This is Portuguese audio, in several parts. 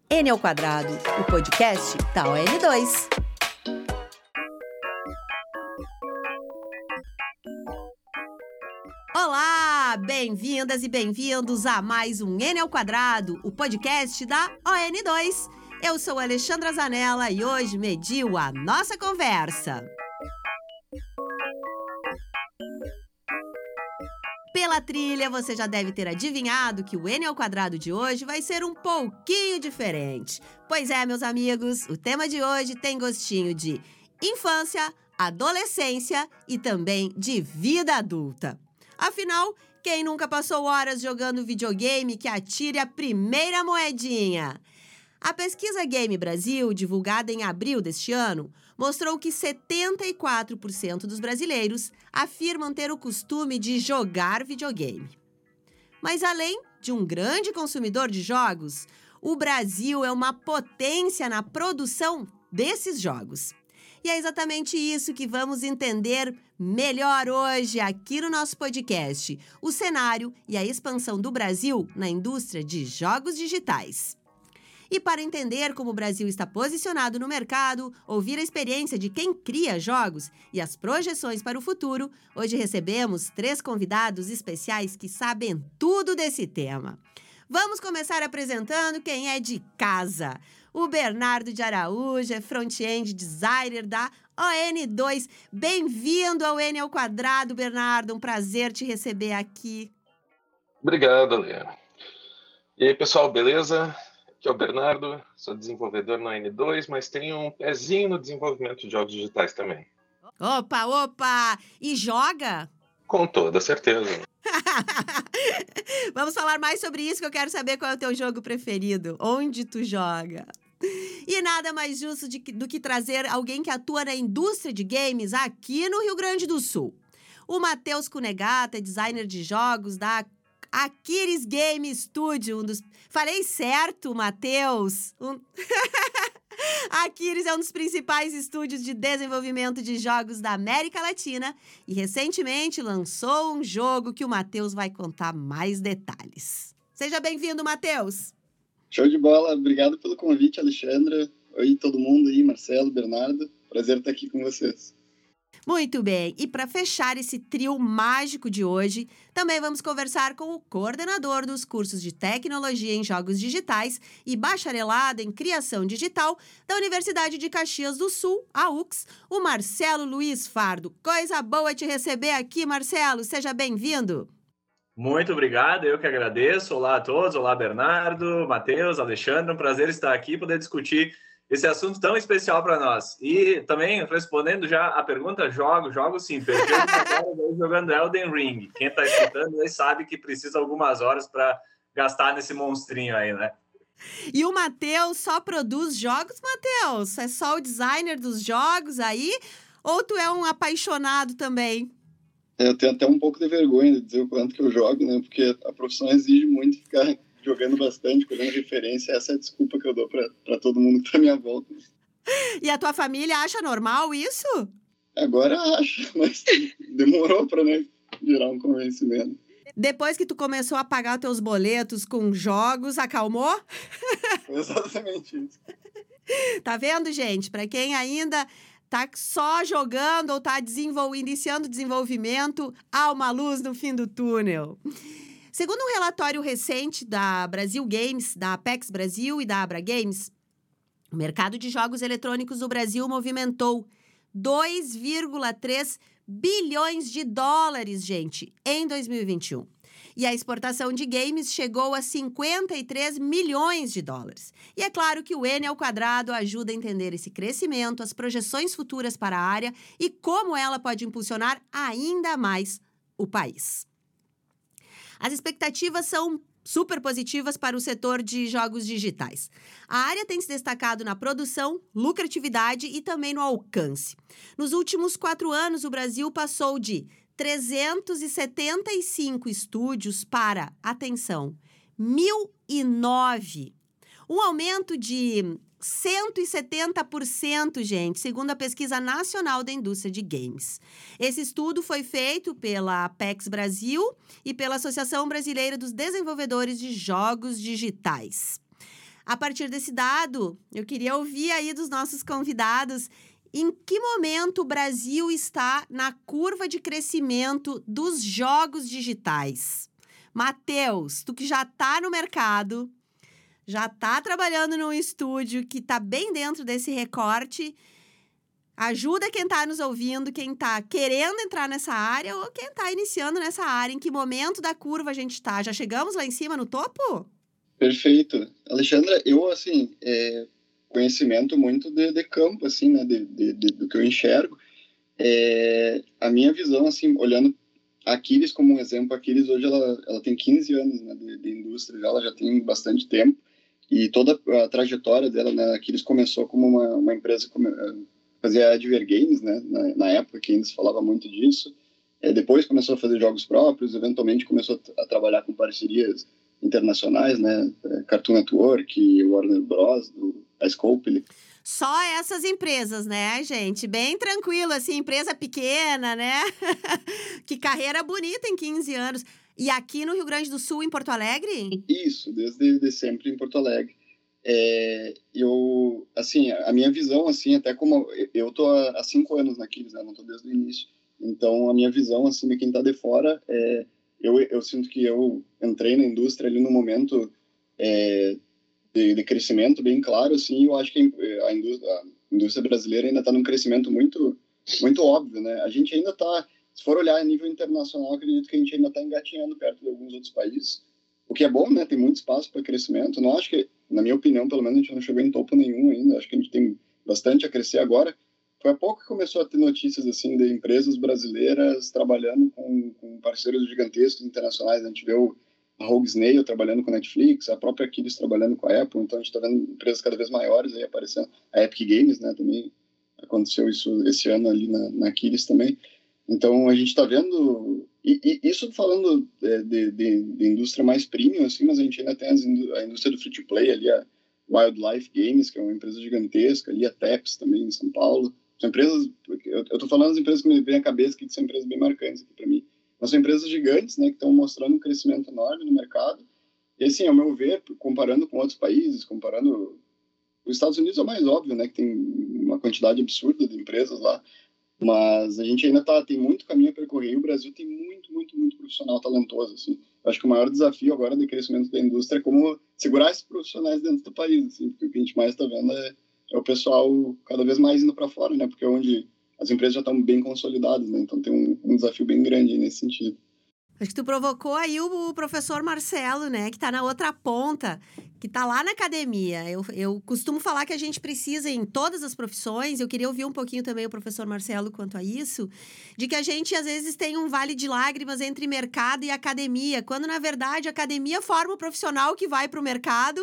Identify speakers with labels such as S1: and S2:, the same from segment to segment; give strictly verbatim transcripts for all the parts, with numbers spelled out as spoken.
S1: N ao Quadrado, o podcast da O N dois. Olá, bem-vindas e bem-vindos a mais um N ao Quadrado, o podcast da O N dois. Eu sou a Alexandra Zanella e hoje mediu a nossa conversa. Pela trilha, você já deve ter adivinhado que o N ao Quadrado de hoje vai ser um pouquinho diferente. Pois é, meus amigos, o tema de hoje tem gostinho de infância, adolescência e também de vida adulta. Afinal, quem nunca passou horas jogando videogame que atire a primeira moedinha? A pesquisa Game Brasil, divulgada em abril deste ano, mostrou que setenta e quatro por cento dos brasileiros afirmam ter o costume de jogar videogame. Mas além de um grande consumidor de jogos, o Brasil é uma potência na produção desses jogos. E é exatamente isso que vamos entender melhor hoje aqui no nosso podcast, o cenário e a expansão do Brasil na indústria de jogos digitais. E para entender como o Brasil está posicionado no mercado, ouvir a experiência de quem cria jogos e as projeções para o futuro, hoje recebemos três convidados especiais que sabem tudo desse tema. Vamos começar apresentando quem é de casa. O Bernardo de Araújo é front-end designer da O N dois. Bem-vindo ao N ao Quadrado, Bernardo. Um prazer te receber aqui.
S2: Obrigado, Lê. E aí, pessoal, beleza? Aqui é o Bernardo, sou desenvolvedor na O N dois, mas tenho um pezinho no desenvolvimento de jogos digitais também.
S1: Opa, opa! E joga?
S2: Com toda certeza.
S1: Vamos falar mais sobre isso, que eu quero saber qual é o teu jogo preferido. Onde tu joga? E nada mais justo de, do que trazer alguém que atua na indústria de games aqui no Rio Grande do Sul. O Matheus Cunegata, designer de jogos da Aquiles Game Studio, um dos... Falei certo, Matheus? Um... A Aquiles é um dos principais estúdios de desenvolvimento de jogos da América Latina e recentemente lançou um jogo que o Matheus vai contar mais detalhes. Seja bem-vindo, Matheus!
S3: Show de bola, obrigado pelo convite, Alexandra. Oi, todo mundo aí, Marcelo, Bernardo. Prazer estar aqui com vocês.
S1: Muito bem, e para fechar esse trio mágico de hoje, também vamos conversar com o coordenador dos cursos de Tecnologia em Jogos Digitais e Bacharelado em Criação Digital da Universidade de Caxias do Sul, a U C S, o Marcelo Luiz Fardo. Coisa boa te receber aqui, Marcelo, seja bem-vindo.
S4: Muito obrigado, eu que agradeço. Olá a todos, olá Bernardo, Matheus, Alexandre, um prazer estar aqui e poder discutir esse assunto tão especial para nós. E também, respondendo já a pergunta, jogo, jogo sim, perdi agora jogando Elden Ring. Quem está escutando aí sabe que precisa algumas horas para gastar nesse monstrinho aí, né?
S1: E o Matheus só produz jogos, Matheus? É só o designer dos jogos aí? Ou tu é um apaixonado também?
S3: Eu tenho até um pouco de vergonha de dizer o quanto que eu jogo, né? Porque a profissão exige muito ficar jogando bastante, colhendo referência. Essa é a desculpa que eu dou para todo mundo que está à minha volta.
S1: E a tua família acha normal isso?
S3: Agora acha, mas demorou para, né, gerar um convencimento.
S1: Depois que tu começou a pagar teus boletos com jogos, acalmou?
S3: Exatamente isso.
S1: Tá vendo, gente? Para quem ainda tá só jogando ou tá desenvol... iniciando o desenvolvimento, há uma luz no fim do túnel. Segundo um relatório recente da Brasil Games, da Apex Brasil e da Abra Games, o mercado de jogos eletrônicos do Brasil movimentou dois vírgula três bilhões de dólares, gente, em dois mil e vinte e um. E a exportação de games chegou a cinquenta e três milhões de dólares. E é claro que o N ao Quadrado ajuda a entender esse crescimento, as projeções futuras para a área e como ela pode impulsionar ainda mais o país. As expectativas são super positivas para o setor de jogos digitais. A área tem se destacado na produção, lucratividade e também no alcance. Nos últimos quatro anos, o Brasil passou de trezentos e setenta e cinco estúdios para, atenção, mil e nove. Um aumento de cento e setenta por cento, gente, segundo a Pesquisa Nacional da Indústria de Games. Esse estudo foi feito pela Apex Brasil e pela Associação Brasileira dos Desenvolvedores de Jogos Digitais. A partir desse dado, eu queria ouvir aí dos nossos convidados em que momento o Brasil está na curva de crescimento dos jogos digitais. Matheus, tu que já está no mercado, já está trabalhando num estúdio que está bem dentro desse recorte, ajuda quem está nos ouvindo, quem está querendo entrar nessa área ou quem está iniciando nessa área. Em que momento da curva a gente está? Já chegamos lá em cima no topo?
S3: Perfeito. Alexandra, eu, assim, é, conhecimento muito de, de campo, assim, né, de, de, de, do que eu enxergo. É, a minha visão, assim, olhando a Aquiles como um exemplo, a Aquiles hoje ela, ela tem quinze anos, né, de, de indústria, ela já tem bastante tempo, e toda a trajetória dela, né, a Aquiles começou como uma, uma empresa que fazia adver games, né, na, na época que ainda se falava muito disso. É, depois começou a fazer jogos próprios, eventualmente começou a, a trabalhar com parcerias internacionais, né? Cartoon Network, Warner Bros, a Scopely.
S1: Só essas empresas, né, gente? Bem tranquilo, assim, empresa pequena, né? Que carreira bonita em quinze anos. E aqui no Rio Grande do Sul, em Porto Alegre?
S3: Isso, desde de sempre em Porto Alegre. É, eu, assim, a minha visão, assim, até como... Eu tô há cinco anos naqueles, né? Não tô desde o início. Então, a minha visão, assim, de quem tá de fora é... Eu, eu sinto que eu entrei na indústria ali no momento é, de, de crescimento bem claro, assim, eu acho que a indústria, a indústria brasileira ainda está num crescimento muito, muito óbvio, né? A gente ainda está, se for olhar a nível internacional, acredito que a gente ainda está engatinhando perto de alguns outros países, o que é bom, né? Tem muito espaço para crescimento. Não acho que, na minha opinião, pelo menos a gente não chegou em topo nenhum ainda, acho que a gente tem bastante a crescer agora. Foi há pouco que começou a ter notícias assim de empresas brasileiras trabalhando com, com parceiros gigantescos internacionais. A gente vê o, a Rogue Snail trabalhando com a Netflix, a própria Aquiles trabalhando com a Apple. Então a gente está vendo empresas cada vez maiores aí aparecendo. A Epic Games, né, também aconteceu isso esse ano ali na, na Aquiles também. Então a gente está vendo... E, e isso falando de, de, de, de indústria mais premium, assim, mas a gente ainda tem as, a indústria do free-to-play ali, a Wildlife Games, que é uma empresa gigantesca, ali a Teps também em São Paulo. São empresas, eu estou falando das empresas que me vêm à cabeça, que são empresas bem marcantes aqui para mim. Mas são empresas gigantes, né, que estão mostrando um crescimento enorme no mercado. E assim, ao meu ver, comparando com outros países, comparando... Os Estados Unidos é o mais óbvio, né, que tem uma quantidade absurda de empresas lá. Mas a gente ainda tá, tem muito caminho a percorrer e o Brasil tem muito, muito, muito profissional talentoso, assim. Eu acho que o maior desafio agora do crescimento da indústria é como segurar esses profissionais dentro do país, assim, porque o que a gente mais está vendo é é o pessoal cada vez mais indo para fora, né? Porque é onde as empresas já estão bem consolidadas, né? Então tem um, um desafio bem grande nesse sentido.
S1: Acho que tu provocou aí o, o professor Marcelo, né? Que tá na outra ponta, que tá lá na academia. Eu, eu costumo falar que a gente precisa em todas as profissões, eu queria ouvir um pouquinho também o professor Marcelo quanto a isso, de que a gente às vezes tem um vale de lágrimas entre mercado e academia, quando na verdade a academia forma o profissional que vai para o mercado.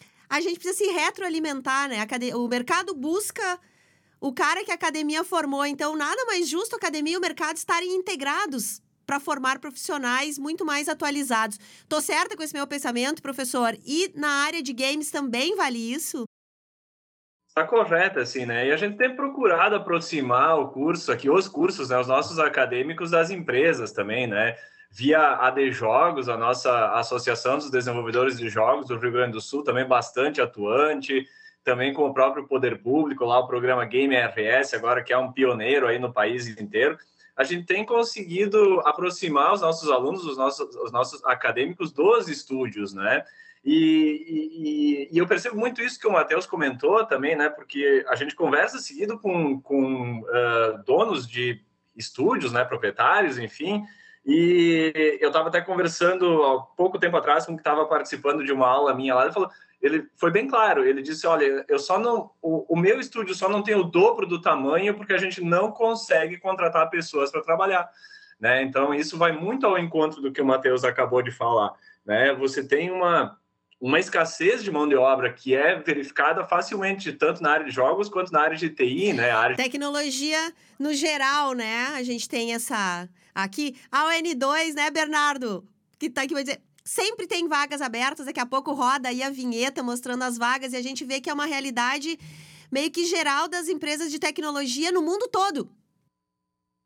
S1: A gente precisa se retroalimentar, né? O mercado busca o cara que a academia formou. Então, nada mais justo a academia e o mercado estarem integrados para formar profissionais muito mais atualizados. Tô certa com esse meu pensamento, professor? E na área de games também vale isso?
S4: Está correto, assim, né? E a gente tem procurado aproximar o curso aqui, os cursos, né? Os nossos acadêmicos das empresas também, né? Via A D Jogos, a nossa Associação dos Desenvolvedores de Jogos do Rio Grande do Sul, também bastante atuante, também com o próprio poder público, lá o programa Game R S, agora que é um pioneiro aí no país inteiro. A gente tem conseguido aproximar os nossos alunos, os nossos, os nossos acadêmicos dos estúdios, né? E, e, e eu percebo muito isso que o Matheus comentou também, né? Porque a gente conversa seguido com, com uh, donos de estúdios, né? Proprietários, enfim. E eu estava até conversando há pouco tempo atrás com um que estava participando de uma aula minha lá. Ele falou, ele foi bem claro. Ele disse, olha, eu só não, o, o meu estúdio só não tem o dobro do tamanho porque a gente não consegue contratar pessoas para trabalhar, né? Então isso vai muito ao encontro do que o Matheus acabou de falar, né? Você tem uma uma escassez de mão de obra que é verificada facilmente, tanto na área de jogos quanto na área de T I, né? A área...
S1: Tecnologia no geral, né? A gente tem essa... Aqui, a O N dois, né, Bernardo? Que tá aqui, vai dizer... Sempre tem vagas abertas, daqui a pouco roda aí a vinheta mostrando as vagas e a gente vê que é uma realidade meio que geral das empresas de tecnologia no mundo todo.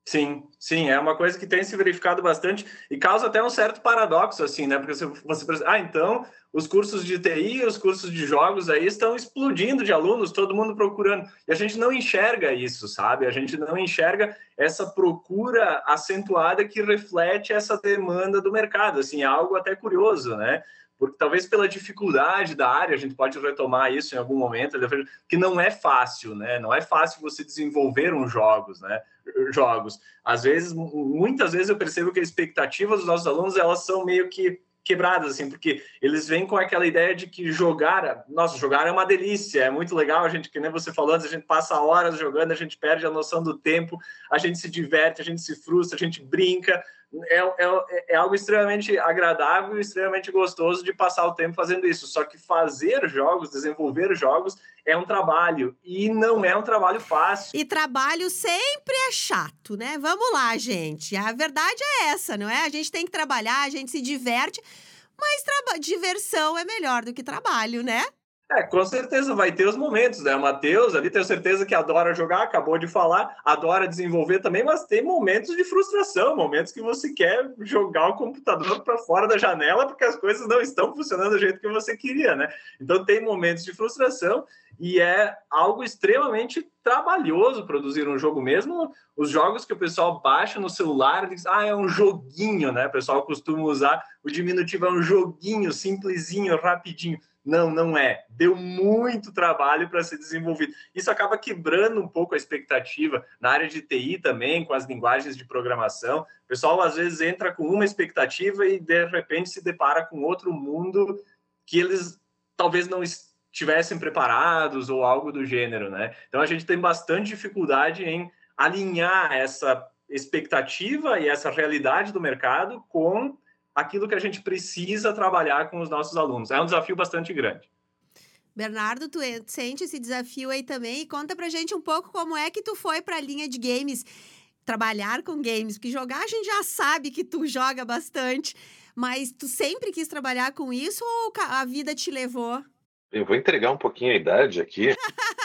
S4: Sim, sim, é uma coisa que tem se verificado bastante e causa até um certo paradoxo, assim, né? Porque você, você pensa, ah, então os cursos de T I, os cursos de jogos aí estão explodindo de alunos, todo mundo procurando. E a gente não enxerga isso, sabe? A gente não enxerga essa procura acentuada que reflete essa demanda do mercado, assim, é algo até curioso, né? Porque talvez pela dificuldade da área, a gente pode retomar isso em algum momento, que não é fácil, né? Não é fácil você desenvolver uns jogos, né? Jogos. Às vezes, muitas vezes eu percebo que a expectativa dos nossos alunos, elas são meio que quebradas, assim, porque eles vêm com aquela ideia de que jogar, nossa, jogar é uma delícia, é muito legal, a gente, que nem você falou antes, a gente passa horas jogando, a gente perde a noção do tempo, a gente se diverte, a gente se frustra, a gente brinca, é, é, é algo extremamente agradável e extremamente gostoso de passar o tempo fazendo isso, só que fazer jogos, desenvolver jogos é um trabalho, e não é um trabalho fácil.
S1: E trabalho sempre é chato, né? Vamos lá, gente. A verdade é essa, não é? A gente tem que trabalhar, a gente se diverte, mas traba- diversão é melhor do que trabalho, né?
S4: É, com certeza vai ter os momentos, né? O Matheus ali, tenho certeza que adora jogar, acabou de falar, adora desenvolver também, mas tem momentos de frustração, momentos que você quer jogar o computador para fora da janela porque as coisas não estão funcionando do jeito que você queria, né? Então tem momentos de frustração e é algo extremamente trabalhoso produzir um jogo mesmo. Os jogos que o pessoal baixa no celular, diz, ah, é um joguinho, né? O pessoal costuma usar o diminutivo, é um joguinho, simplesinho, rapidinho. Não, não é. Deu muito trabalho para ser desenvolvido. Isso acaba quebrando um pouco a expectativa. Na área de T I também, com as linguagens de programação. O pessoal, às vezes, entra com uma expectativa e, de repente, se depara com outro mundo que eles talvez não estivessem preparados ou algo do gênero, né? Então, a gente tem bastante dificuldade em alinhar essa expectativa e essa realidade do mercado com aquilo que a gente precisa trabalhar com os nossos alunos. É um desafio bastante grande.
S1: Bernardo, tu sente esse desafio aí também e conta pra gente um pouco como é que tu foi pra linha de games, trabalhar com games, porque jogar a gente já sabe que tu joga bastante, mas tu sempre quis trabalhar com isso ou a vida te levou?
S2: Eu vou entregar um pouquinho a idade aqui.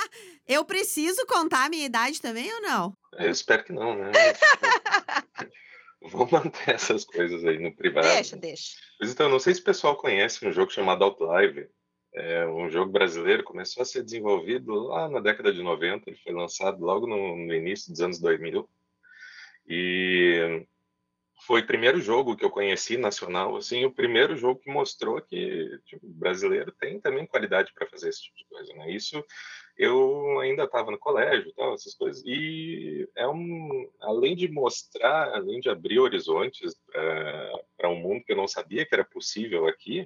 S1: Eu preciso contar a minha idade também ou não?
S2: Eu espero que não, né? Vou manter essas coisas aí no privado.
S5: Deixa, deixa.
S2: Mas então, não sei se o pessoal conhece um jogo chamado Outlive. É um jogo brasileiro, começou a ser desenvolvido lá na década de noventa, ele foi lançado logo no, no início dos anos dois mil. E foi o primeiro jogo que eu conheci nacional, assim, o primeiro jogo que mostrou que tipo, o brasileiro tem também qualidade para fazer esse tipo de coisa, né? Isso eu ainda estava no colégio, tal, essas coisas, e é um, além de mostrar, além de abrir horizontes para um mundo que eu não sabia que era possível aqui,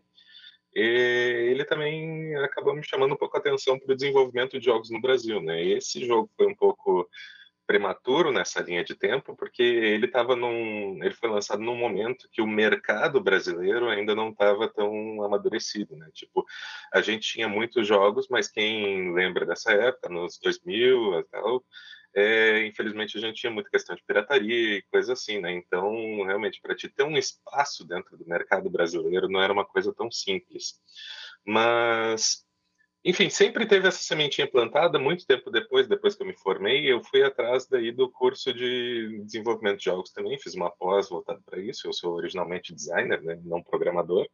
S2: ele também acabou me chamando um pouco a atenção para o desenvolvimento de jogos no Brasil, né? E esse jogo foi um pouco prematuro nessa linha de tempo, porque ele estava num, ele foi lançado num momento que o mercado brasileiro ainda não estava tão amadurecido, né? Tipo, a gente tinha muitos jogos, mas quem lembra dessa época, nos dois mil e tal, é, infelizmente a gente tinha muita questão de pirataria e coisa assim, né? Então, realmente, para te ter um espaço dentro do mercado brasileiro não era uma coisa tão simples. Mas enfim, sempre teve essa sementinha plantada. Muito tempo depois, depois que eu me formei, eu fui atrás daí do curso de desenvolvimento de jogos também, fiz uma pós voltada para isso. Eu sou originalmente designer, né, não programador.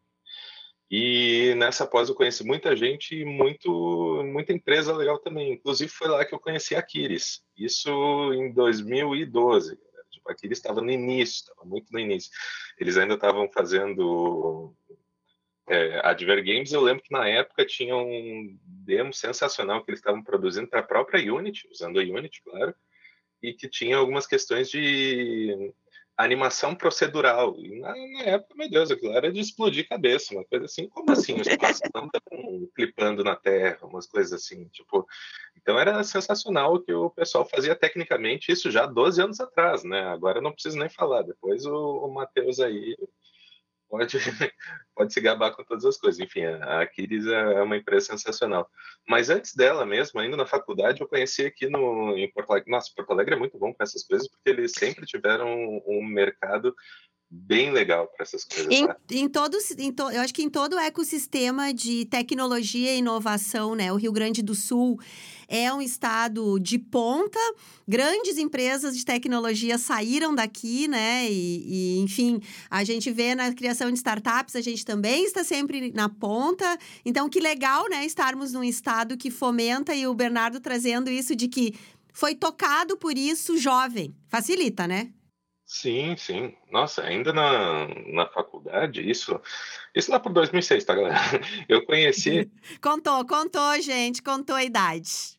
S2: E nessa pós eu conheci muita gente e muito, muita empresa legal também. Inclusive foi lá que eu conheci a Aquiles. Isso em dois mil e doze. Tipo, a Aquiles estava no início, estava muito no início. Eles ainda estavam fazendo É, Adver Games. Eu lembro que na época tinha um demo sensacional que eles estavam produzindo para a própria Unity, usando a Unity, claro, e que tinha algumas questões de animação procedural. E na, na época, meu Deus, aquilo era de explodir cabeça, uma coisa assim. Como assim? Os passos não estão clipando na Terra, umas coisas assim, tipo. Então era sensacional o que o pessoal fazia tecnicamente, isso já doze anos atrás, né? Agora eu não preciso nem falar. Depois o, o Matheus aí pode, pode se gabar com todas as coisas. Enfim, a Aquiles é uma empresa sensacional. Mas antes dela mesmo, ainda na faculdade, eu conheci aqui no, em Porto Alegre. Nossa, Porto Alegre é muito bom para essas coisas, porque eles sempre tiveram um mercado bem legal para essas coisas,
S1: Em,
S2: sabe?
S1: em todos, em to, eu acho que em todo o ecossistema de tecnologia e inovação, né? O Rio Grande do Sul é um estado de ponta. Grandes empresas de tecnologia saíram daqui, né? E, e, enfim, a gente vê na criação de startups, a gente também está sempre na ponta. Então, que legal, né? Estarmos num estado que fomenta, e o Bernardo trazendo isso de que foi tocado por isso jovem. Facilita, né?
S2: Sim, sim. Nossa, ainda na, na faculdade, isso, isso lá por dois mil e seis, tá, galera? Eu conheci,
S1: Contou, contou, gente, contou a idade.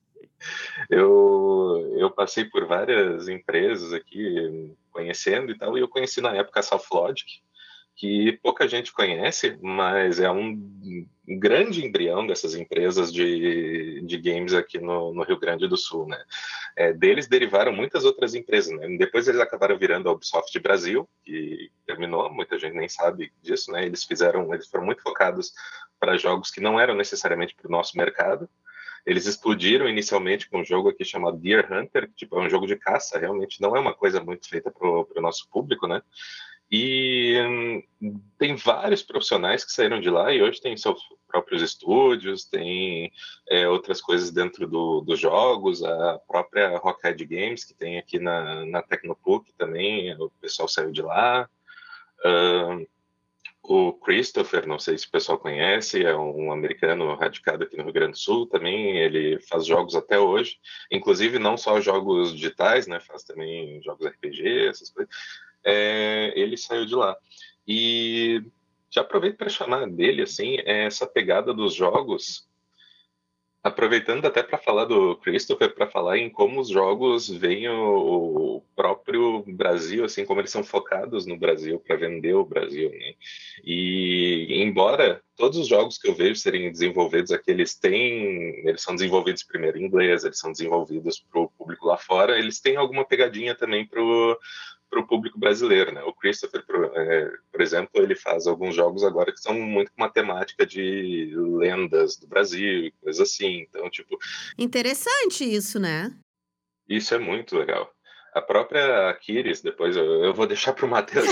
S2: eu, eu passei por várias empresas aqui, conhecendo e tal, e eu conheci na época a Softlogic, que pouca gente conhece, mas é um grande embrião dessas empresas de, de games aqui no, no Rio Grande do Sul, né? É, deles derivaram muitas outras empresas, né? Depois eles acabaram virando a Ubisoft Brasil, que terminou, muita gente nem sabe disso, né? Eles fizeram, eles foram muito focados para jogos que não eram necessariamente para o nosso mercado. Eles explodiram inicialmente com um jogo aqui chamado Deer Hunter, que tipo, é um jogo de caça, realmente não é uma coisa muito feita para o nosso público, né? E hum, tem vários profissionais que saíram de lá e hoje tem seus próprios estúdios, tem é, outras coisas dentro do, dos jogos, a própria Rockhead Games, que tem aqui na, na Tecnopuc também, o pessoal saiu de lá. Uh, o Christopher, não sei se o pessoal conhece, é um americano radicado aqui no Rio Grande do Sul também, ele faz jogos até hoje, inclusive não só jogos digitais, né, faz também jogos R P G, essas coisas. É, ele saiu de lá. E já aproveito para chamar dele, assim, essa pegada dos jogos, aproveitando até para falar do Christopher, para falar em como os jogos veem o, o próprio Brasil, assim, como eles são focados no Brasil, para vender o Brasil, né? E embora todos os jogos que eu vejo serem desenvolvidos aqui, eles têm, eles são desenvolvidos primeiro em inglês, eles são desenvolvidos para o público lá fora, eles têm alguma pegadinha também para para o público brasileiro, né? O Christopher, por, é, por exemplo, ele faz alguns jogos agora que são muito com uma temática de lendas do Brasil e coisas assim. Então, tipo...
S1: Interessante isso, né?
S2: Isso é muito legal. A própria Aquiles, depois eu, eu vou deixar para o Matheus.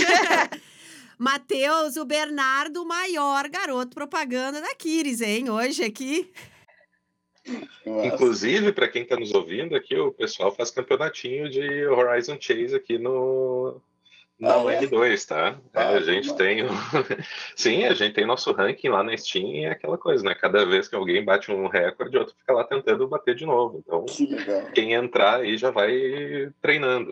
S1: Matheus, o Bernardo, o maior garoto propaganda da Aquiles, hein? Hoje aqui...
S3: Nossa.
S2: Inclusive, para quem está nos ouvindo aqui, o pessoal faz campeonatinho de Horizon Chase aqui no, na
S3: Ah,
S2: Web
S3: é?
S2: dois, tá? É,
S3: Ah,
S2: a gente
S3: toma.
S2: tem o... Sim, a gente tem nosso ranking lá na Steam e é aquela coisa, né? Cada vez que alguém bate um recorde, outro fica lá tentando bater de novo. Então,
S3: Que legal.
S2: quem entrar aí já vai treinando.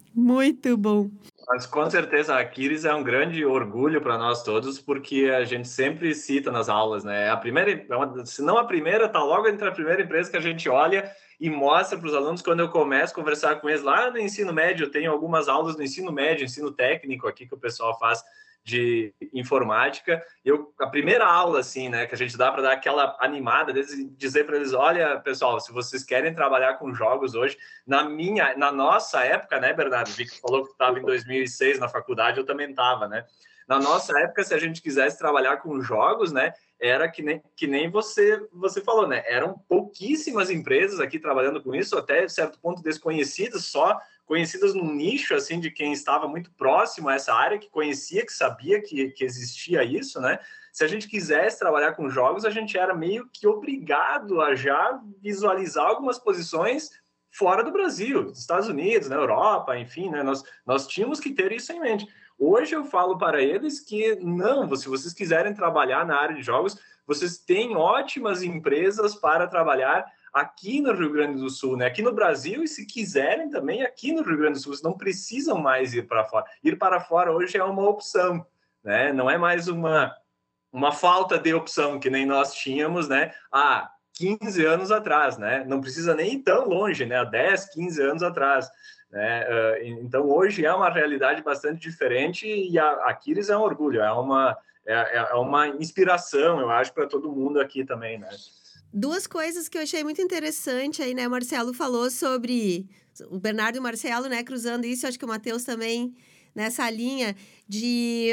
S1: Muito bom.
S4: Mas com certeza a Aquiles é um grande orgulho para nós todos, porque a gente sempre cita nas aulas, né? A primeira, se não a primeira, tá logo entre a primeira empresa que a gente olha e mostra para os alunos quando eu começo a conversar com eles lá no ensino médio. Eu tenho algumas aulas no ensino médio, ensino técnico aqui que o pessoal faz de informática. Eu, a primeira aula, assim, né, que a gente dá para dar aquela animada, dizer para eles, olha, pessoal, se vocês querem trabalhar com jogos hoje, na minha, na nossa época, né, Bernardo? O Victor falou que estava em dois mil e seis na faculdade, eu também estava, né? Na nossa época, se a gente quisesse trabalhar com jogos, né, era que nem, que nem você, você falou, né? Eram pouquíssimas empresas aqui trabalhando com isso, até certo ponto desconhecidas, só conhecidas num nicho, assim, de quem estava muito próximo a essa área, que conhecia, que sabia que, que existia isso, né? Se a gente quisesse trabalhar com jogos, a gente era meio que obrigado a já visualizar algumas posições fora do Brasil, nos Estados Unidos, na Europa, enfim, né? Nós, nós tínhamos que ter isso em mente. Hoje eu falo para eles que não, se vocês quiserem trabalhar na área de jogos, vocês têm ótimas empresas para trabalhar aqui no Rio Grande do Sul, né? Aqui no Brasil, e se quiserem também aqui no Rio Grande do Sul, vocês não precisam mais ir para fora. Ir para fora hoje é uma opção, né? Não é mais uma, uma falta de opção que nem nós tínhamos, né? Há quinze anos atrás, né? Não precisa nem ir tão longe, né? Há dez, quinze anos atrás. Né? Então, hoje é uma realidade bastante diferente e a Aquiles é um orgulho, é uma, é, é uma inspiração, eu acho, para todo mundo aqui também, né?
S1: Duas coisas que eu achei muito interessante aí, né? O Marcelo falou sobre... O Bernardo e o Marcelo, né? Cruzando isso, acho que o Matheus também nessa linha de...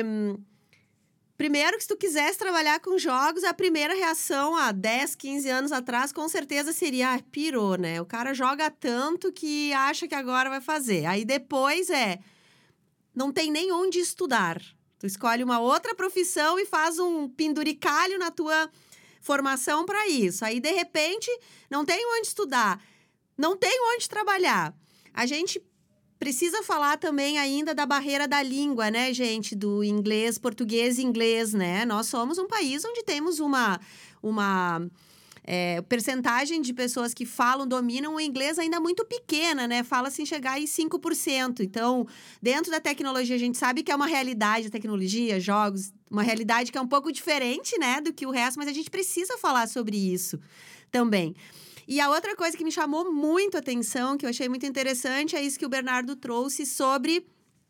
S1: Primeiro, que se tu quisesse trabalhar com jogos, a primeira reação há dez, quinze anos atrás, com certeza seria, ah, pirou, né? O cara joga tanto que acha que agora vai fazer. Aí depois é... não tem nem onde estudar. Tu escolhe uma outra profissão e faz um penduricalho na tua formação para isso. Aí, de repente, não tem onde estudar, não tem onde trabalhar. A gente precisa falar também ainda da barreira da língua, né, gente? Do inglês, português e inglês, né? Nós somos um país onde temos uma... uma É, percentagem de pessoas que falam, dominam o inglês ainda muito pequena, né? Fala-se em chegar em cinco por cento. Então, dentro da tecnologia, a gente sabe que é uma realidade a tecnologia, jogos, uma realidade que é um pouco diferente, né, do que o resto, mas a gente precisa falar sobre isso também. E a outra coisa que me chamou muito a atenção, que eu achei muito interessante, é isso que o Bernardo trouxe sobre...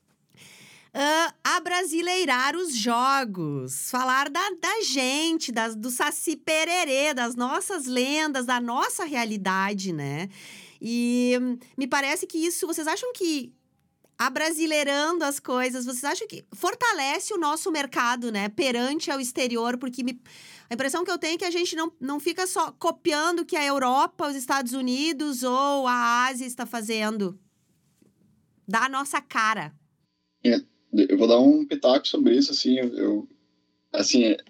S1: Uh, abrasileirar os jogos, falar da, da gente, das, do Saci Pererê, das nossas lendas, da nossa realidade, né? E hum, me parece que isso, vocês acham que abrasileirando as coisas, vocês acham que fortalece o nosso mercado, né? Perante ao exterior, porque me, a impressão que eu tenho é que a gente não, não fica só copiando o que a Europa, os Estados Unidos ou a Ásia está fazendo. Dá a nossa cara.
S3: É. Eu vou dar um pitaco sobre isso, assim, eu, eu assim, é,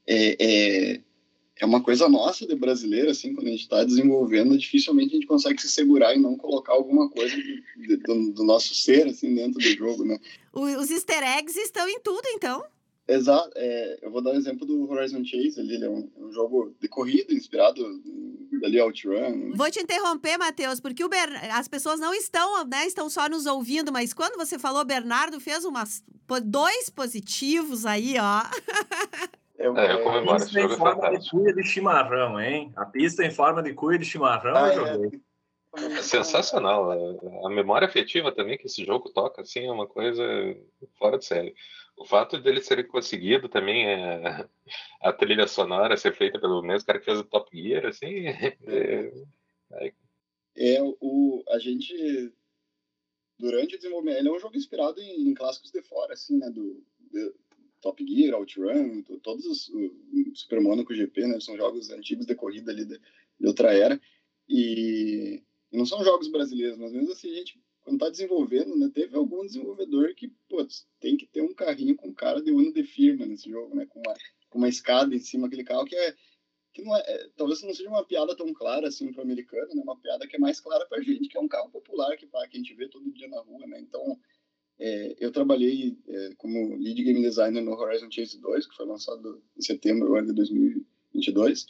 S3: é, é uma coisa nossa de brasileiro, assim, quando a gente está desenvolvendo, dificilmente a gente consegue se segurar e não colocar alguma coisa de, de, do, do nosso ser, assim, dentro do jogo, né?
S1: Os easter eggs estão em tudo, então?
S3: Exato, é, eu vou dar um exemplo do Horizon Chase, ele é um, um jogo de corrida, inspirado ali OutRun.
S1: Vou te interromper, Matheus, porque o Ber... as pessoas não estão, né, estão só nos ouvindo, mas quando você falou, Bernardo fez umas... dois positivos aí, ó.
S2: É, eu comemoro, esse jogo é
S4: em forma
S2: fantástico.
S4: de cuia de chimarrão, hein? A pista em forma de cuia de chimarrão, ah, eu joguei.
S2: É sensacional. A memória afetiva também que esse jogo toca, assim, é uma coisa fora de série. O fato dele ser conseguido também, é, a trilha sonora ser feita pelo mesmo cara que fez o Top Gear, assim, é,
S3: é... é o, a gente, durante o desenvolvimento, ele é um jogo inspirado em, em clássicos de fora, assim, né, do, do Top Gear, OutRun, todos os, o Super Monaco G P, né, são jogos antigos de corrida ali de, de outra era, e, e não são jogos brasileiros, mas mesmo assim a gente, quando tá desenvolvendo, né, teve algum desenvolvedor que, putz, tem que ter um carrinho com cara de Uno de firma nesse jogo, né, com uma, com uma escada em cima daquele carro que é, que não é, é, talvez não seja uma piada tão clara assim para o americano, né, uma piada que é mais clara para a gente, que é um carro popular que, pá, que a gente vê todo dia na rua, né, então é, eu trabalhei é, como lead game designer no Horizon Chase dois, que foi lançado em setembro de dois mil e vinte e dois,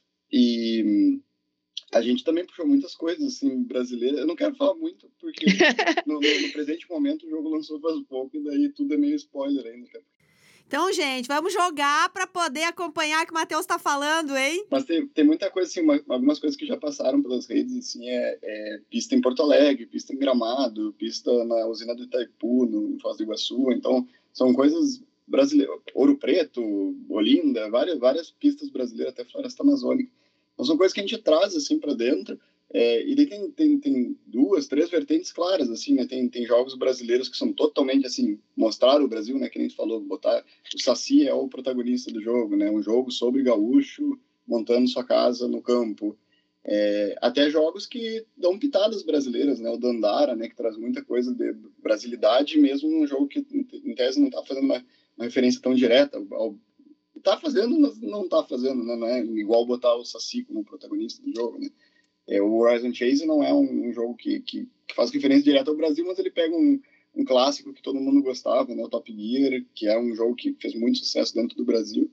S3: e a gente também puxou muitas coisas assim brasileiras. Eu não quero falar muito porque no, no, no presente momento o jogo lançou faz pouco e daí tudo é meio spoiler ainda.
S1: Então, gente, vamos jogar para poder acompanhar o que o Matheus está falando, hein?
S3: Mas tem, tem muita coisa, assim, uma, algumas coisas que já passaram pelas redes, assim, é, é pista em Porto Alegre, pista em Gramado, pista na usina do Itaipu, no Foz do Iguaçu. Então, são coisas brasileiras. Ouro Preto, Olinda, várias, várias pistas brasileiras, até Floresta Amazônica. Então, são coisas que a gente traz, assim, para dentro. É, e daí tem, tem, tem duas, três vertentes claras, assim, né? Tem, tem jogos brasileiros que são totalmente, assim, mostrar o Brasil, né? Que nem a gente falou, botar... O Saci é o protagonista do jogo, né? Um jogo sobre gaúcho montando sua casa no campo. É, até jogos que dão pitadas brasileiras, né? O Dandara, né? Que traz muita coisa de brasilidade, mesmo num jogo que, em tese, não está fazendo uma, uma referência tão direta ao... Tá fazendo, mas não tá fazendo, né? Não é igual botar o Saci como protagonista do jogo, né? É, o Horizon Chase não é um, um jogo que, que, que faz referência direta ao Brasil, mas ele pega um, um clássico que todo mundo gostava, né, o Top Gear, que é um jogo que fez muito sucesso dentro do Brasil,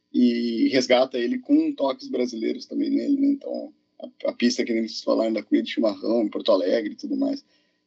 S3: e resgata ele com toques brasileiros também nele, né? Então, a, a pista que eles falaram da Cuia de Chimarrão, em Porto Alegre e tudo mais.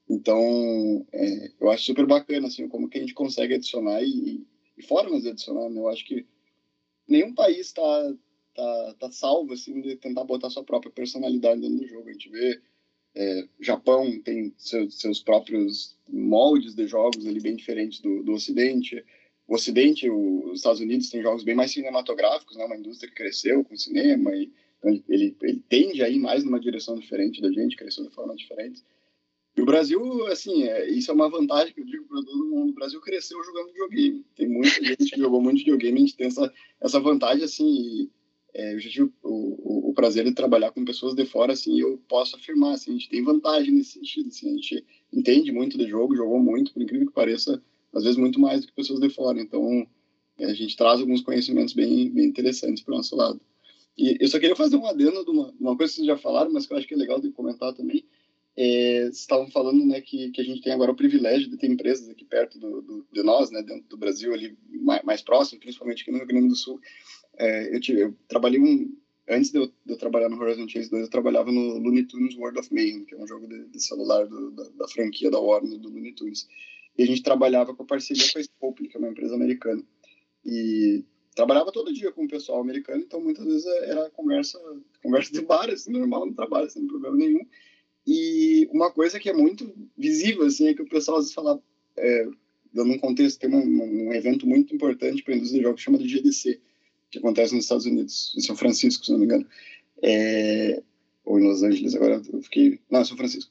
S3: Então, é, eu acho super bacana, assim, como que a gente consegue adicionar e, e formas de adicionar, né? Eu acho que nenhum país está... Tá, tá salvo, assim, de tentar botar sua própria personalidade dentro do jogo. A gente vê é, Japão tem seu, seus próprios moldes de jogos ali bem diferentes do, do Ocidente. O Ocidente, o, os Estados Unidos tem jogos bem mais cinematográficos, né? Uma indústria que cresceu com cinema e então, ele, ele tende a ir mais numa direção diferente da gente, cresceu de forma diferente. E o Brasil, assim, é, isso é uma vantagem que eu digo para todo mundo. O Brasil cresceu jogando videogame. Tem muita gente que jogou muito videogame, a gente tem essa, essa vantagem, assim, e, É, eu já tive o, o, o prazer de trabalhar com pessoas de fora, assim, e eu posso afirmar, assim, a gente tem vantagem nesse sentido, assim, a gente entende muito do jogo, jogou muito, por incrível que pareça, às vezes muito mais do que pessoas de fora. Então, a gente traz alguns conhecimentos bem, bem interessantes para o nosso lado. E eu só queria fazer um adendo de uma, uma coisa que vocês já falaram, mas que eu acho que é legal de comentar também. É, vocês estavam falando, né, que, que a gente tem agora o privilégio de ter empresas aqui perto do, do, de nós, né, dentro do Brasil, ali mais, mais próximo, principalmente aqui no Rio Grande do Sul. É, eu, tive, eu trabalhei um... Antes de eu, de eu trabalhar no Horizon Chase dois, eu trabalhava no Looney Tunes World of Mayhem, que é um jogo de, de celular do, da, da franquia da Warner, do Looney Tunes. E a gente trabalhava com a parceria com a Scopely, que é uma empresa americana. E trabalhava todo dia com o pessoal americano, então muitas vezes era conversa, conversa de bar, assim, normal no trabalho, sem problema nenhum. E uma coisa que é muito visível, assim, é que o pessoal às vezes fala, é, dando um contexto, tem um, um evento muito importante para a indústria de jogos chamado G D C, que acontece nos Estados Unidos, em São Francisco, se não me engano. É, ou em Los Angeles, agora eu fiquei... Não, em São Francisco.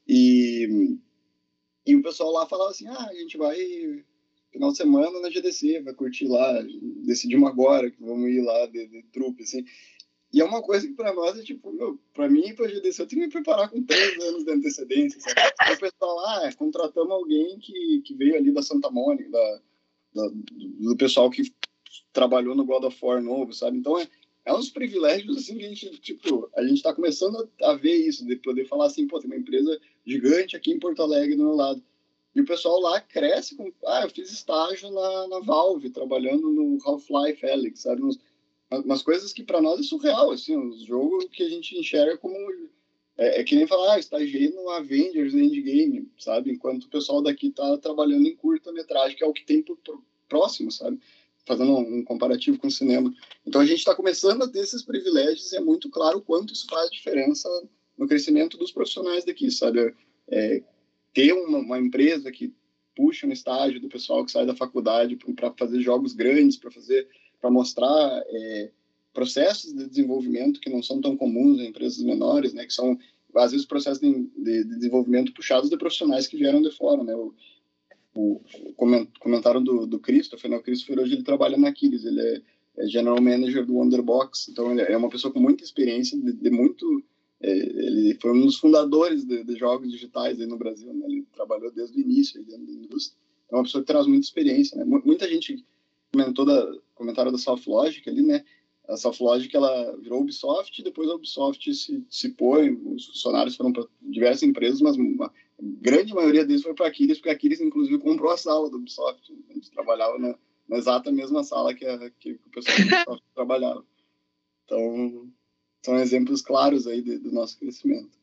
S3: E, e o pessoal lá falava assim, ah, a gente vai final de semana na G D C, vai curtir lá, decidimos agora que vamos ir lá de, de trupe, assim. E é uma coisa que para nós é tipo, meu, para mim ir para a G D C eu tenho que me preparar com três anos de antecedência, sabe? E o pessoal lá, ah, contratamos alguém que, que veio ali da Santa Mônica, da, da, do pessoal que trabalhou no God of War novo, sabe? Então é, é uns privilégios assim que a gente, tipo, a gente tá começando a, a ver isso, de poder falar assim, pô, tem uma empresa gigante aqui em Porto Alegre do meu lado. E o pessoal lá cresce com, ah, eu fiz estágio na, na Valve, trabalhando no Half-Life Alyx, sabe? Uns, umas coisas que para nós é surreal, assim, uns jogos que a gente enxerga como... É, é que nem falar, ah, estagiei no Avengers Endgame, sabe? Enquanto o pessoal daqui tá trabalhando em curta-metragem, que é o que tem por, por próximo, sabe? Fazendo um, um comparativo com o cinema. Então a gente está começando a ter esses privilégios e é muito claro o quanto isso faz diferença no crescimento dos profissionais daqui, sabe? É, ter uma, uma empresa que puxa um estágio do pessoal que sai da faculdade para fazer jogos grandes, para fazer, para mostrar é, processos de desenvolvimento que não são tão comuns em empresas menores, né? Que são às vezes processos de, de, de desenvolvimento puxados de profissionais que vieram de fora, né? O, o comentário do, do Christopher, né? O Christopher hoje ele trabalha na Aquiles, ele é, é General Manager do Wonderbox, então ele é uma pessoa com muita experiência, de, de muito... É, ele foi um dos fundadores de, de jogos digitais aí no Brasil, né? Ele trabalhou desde o início aí dentro da indústria. É uma pessoa que traz muita experiência, né? Muita gente comentou da comentaram da Softlogic ali, né? A Softlogic ela virou Ubisoft, depois a Ubisoft se se põe, os funcionários foram para diversas empresas, mas uma grande maioria deles foi para a Aquiles, porque a Aquiles inclusive comprou a sala do Ubisoft. A gente trabalhava na, na exata mesma sala que, a, que o pessoal do Ubisoft trabalhava. Então são exemplos claros aí de, do nosso crescimento.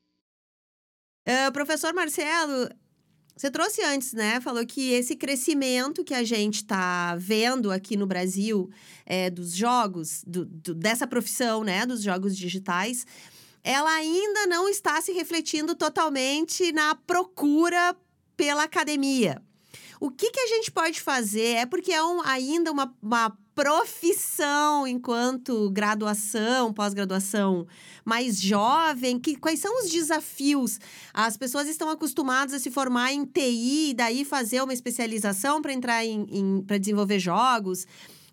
S1: Uh, professor Marcelo, você trouxe antes, né? Falou que esse crescimento que a gente está vendo aqui no Brasil é, dos jogos, do, do, dessa profissão, né? Dos jogos digitais, ela ainda não está se refletindo totalmente na procura pela academia. O que, que a gente pode fazer? É porque é um, ainda uma, uma profissão enquanto graduação, pós-graduação mais jovem. Que, quais são os desafios? As pessoas estão acostumadas a se formar em T I e daí fazer uma especialização para entrar em, em para desenvolver jogos,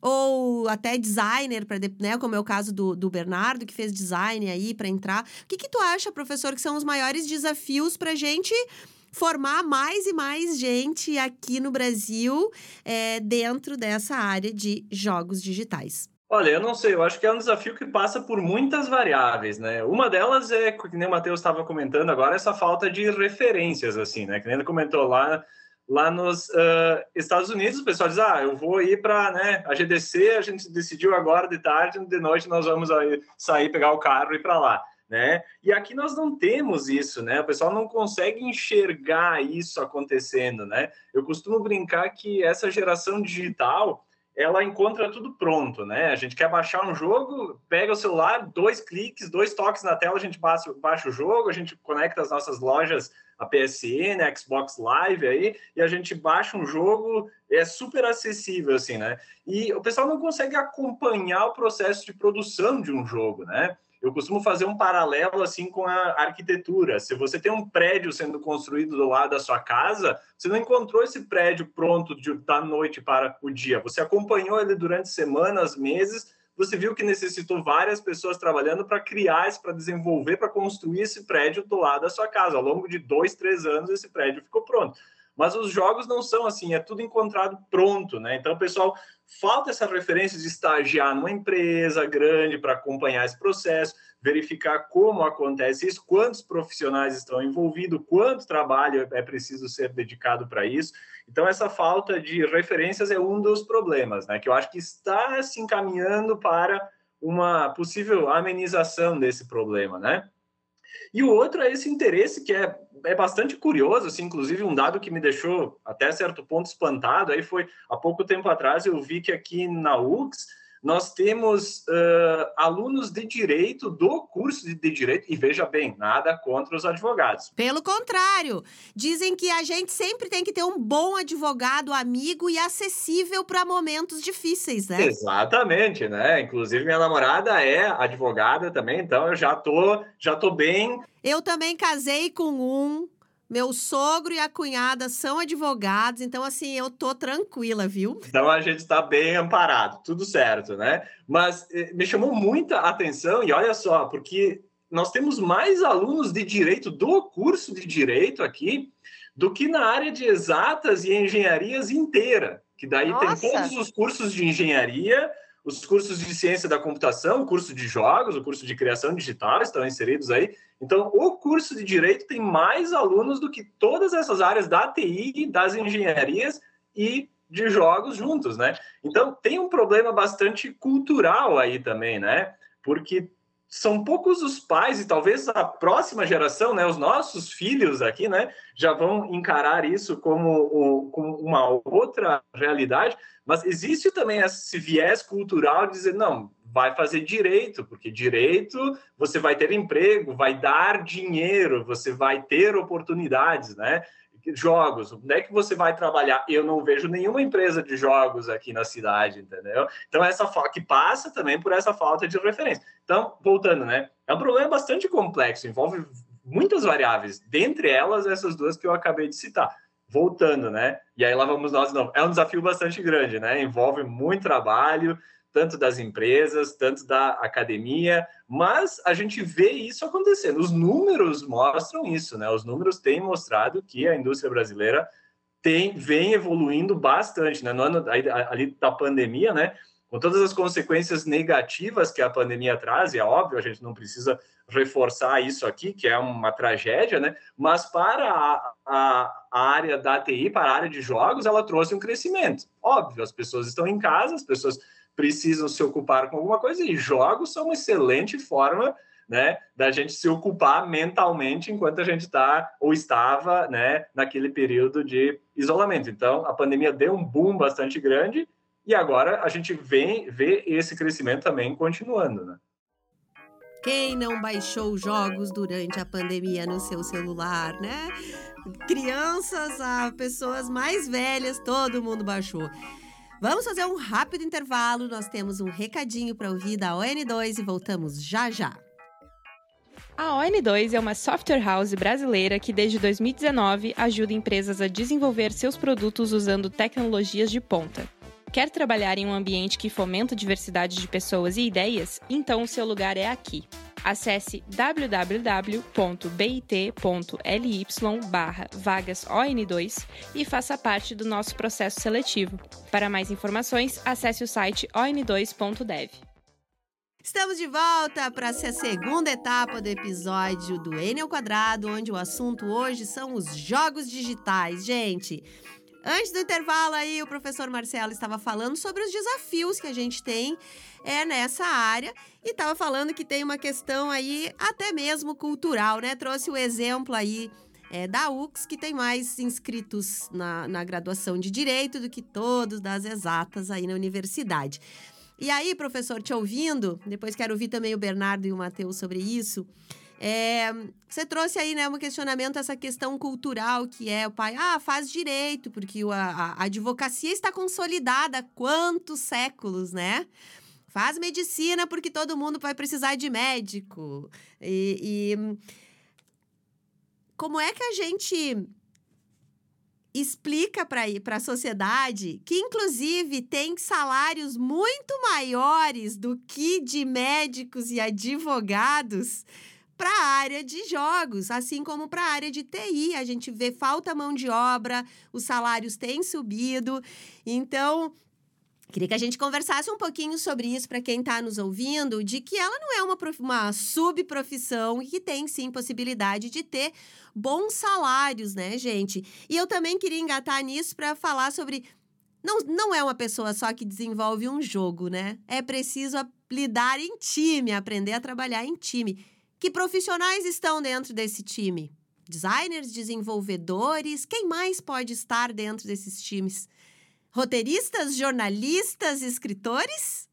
S1: ou até designer, pra, né, como é o caso do, do Bernardo, que fez design aí para entrar. O que, que tu acha, professor, que são os maiores desafios para a gente formar mais e mais gente aqui no Brasil é, dentro dessa área de jogos digitais?
S4: Olha, eu não sei, eu acho que é um desafio que passa por muitas variáveis, né? Uma delas é, que nem o Matheus estava comentando agora, essa falta de referências, assim, né? Que nem ele comentou lá, lá nos uh, Estados Unidos, o pessoal diz, ah, eu vou ir para, né, a G D C, a gente decidiu agora de tarde, de noite nós vamos aí sair, pegar o carro e ir para lá. Né? E aqui nós não temos isso, né? O pessoal não consegue enxergar isso acontecendo, né? Eu costumo brincar que essa geração digital, ela encontra tudo pronto, né? A gente quer baixar um jogo, pega o celular, dois cliques, dois toques na tela, a gente baixa, baixa o jogo, a gente conecta as nossas lojas, a P S N, a Xbox Live aí, e a gente baixa um jogo, é super acessível, assim, né? E o pessoal não consegue acompanhar o processo de produção de um jogo, né? Eu costumo fazer um paralelo assim com a arquitetura. Se você tem um prédio sendo construído do lado da sua casa, você não encontrou esse prédio pronto de, da noite para o dia. Você acompanhou ele durante semanas, meses, você viu que necessitou várias pessoas trabalhando para criar, para desenvolver, para construir esse prédio do lado da sua casa. Ao longo de dois, três anos, esse prédio ficou pronto. Mas os jogos não são assim, é tudo encontrado pronto, né? Então, o pessoal, falta essa referência de estagiar numa empresa grande para acompanhar esse processo, verificar como acontece isso, quantos profissionais estão envolvidos, quanto trabalho é preciso ser dedicado para isso. Então, essa falta de referências é um dos problemas, né? Que eu acho que está se encaminhando para uma possível amenização desse problema, né? E o outro é esse interesse que é, é bastante curioso, assim, inclusive um dado que me deixou até certo ponto espantado, aí foi, há pouco tempo atrás eu vi que aqui na U X nós temos uh, alunos de direito do curso de, de direito, e veja bem, nada contra os advogados.
S1: Pelo contrário, dizem que a gente sempre tem que ter um bom advogado amigo e acessível para momentos difíceis, né?
S4: Exatamente, né? Inclusive minha namorada é advogada também, então eu já tô, já tô bem.
S1: Eu também casei com um. Meu sogro e a cunhada são advogados, então, assim, eu tô tranquila, viu?
S4: Então, a gente está bem amparado, tudo certo, né? Mas eh, me chamou muita atenção, e olha só, porque nós temos mais alunos de direito do curso de direito aqui do que na área de exatas e engenharias inteira, que daí
S5: Nossa.
S4: tem todos os cursos de engenharia, os cursos de ciência da computação, o curso de jogos, o curso de criação digital estão inseridos aí. Então, o curso de direito tem mais alunos do que todas essas áreas da T I, das engenharias e de jogos juntos, né? Então, tem um problema bastante cultural aí também, né? Porque são poucos os pais, e talvez a próxima geração, né, os nossos filhos aqui, né, já vão encarar isso como, como uma outra realidade, mas existe também esse viés cultural de dizer, não, vai fazer direito, porque direito você vai ter emprego, vai dar dinheiro, você vai ter oportunidades, né? Jogos, onde é que você vai trabalhar? Eu não vejo nenhuma empresa de jogos aqui na cidade, entendeu? Então, essa falta que passa também por essa falta de referência. Então, voltando, né? É um problema bastante complexo, envolve muitas variáveis, dentre elas essas duas que eu acabei de citar. Voltando, né? E aí lá vamos nós de novo. É um desafio bastante grande, né? Envolve muito trabalho, tanto das empresas, tanto da academia, mas a gente vê isso acontecendo. Os números mostram isso, né? Os números têm mostrado que a indústria brasileira tem, vem evoluindo bastante, né? No ano ali da pandemia, né? Com todas as consequências negativas que a pandemia traz, e é óbvio, a gente não precisa reforçar isso aqui, que é uma tragédia, né? Mas para a, a, a área da T I, para a área de jogos, ela trouxe um crescimento. Óbvio, as pessoas estão em casa, as pessoas precisam se ocupar com alguma coisa, e jogos são uma excelente forma, né, da gente se ocupar mentalmente enquanto a gente está ou estava, né, naquele período de isolamento. Então, a pandemia deu um boom bastante grande e agora a gente vem, vê esse crescimento também continuando, né?
S1: Quem não baixou jogos durante a pandemia no seu celular, né? Crianças a pessoas mais velhas, todo mundo baixou. Vamos fazer um rápido intervalo, nós temos um recadinho para ouvir da O N dois e voltamos já já.
S6: A O N dois é uma software house brasileira que desde dois mil e dezenove ajuda empresas a desenvolver seus produtos usando tecnologias de ponta. Quer trabalhar em um ambiente que fomenta a diversidade de pessoas e ideias? Então o seu lugar é aqui. Acesse w w w ponto bit ponto l y barra vagas O N dois e faça parte do nosso processo seletivo. Para mais informações, acesse o site o n dois ponto dev.
S1: Estamos de volta para essa segunda etapa do episódio do N ao Quadrado, onde o assunto hoje são os jogos digitais. Gente, antes do intervalo aí, o professor Marcelo estava falando sobre os desafios que a gente tem é, nessa área e estava falando que tem uma questão aí até mesmo cultural, né? Trouxe o exemplo aí é, da U X, que tem mais inscritos na, na graduação de Direito do que todos das exatas aí na universidade. E aí, professor, te ouvindo, depois quero ouvir também o Bernardo e o Matheus sobre isso. É, você trouxe aí, né, um questionamento, essa questão cultural que é o pai, ah, faz direito, porque a, a advocacia está consolidada há quantos séculos, né? Faz medicina porque todo mundo vai precisar de médico. E, e como é que a gente explica para a sociedade que, inclusive, tem salários muito maiores do que de médicos e advogados para a área de jogos, assim como para a área de T I. A gente vê falta mão de obra, os salários têm subido. Então, queria que a gente conversasse um pouquinho sobre isso para quem está nos ouvindo, de que ela não é uma, prof... uma subprofissão e que tem, sim, possibilidade de ter bons salários, né, gente? E eu também queria engatar nisso para falar sobre... Não, não é uma pessoa só que desenvolve um jogo, né? É preciso lidar em time, aprender a trabalhar em time. Que profissionais estão dentro desse time? Designers, desenvolvedores? Quem mais pode estar dentro desses times? Roteiristas, jornalistas, escritores?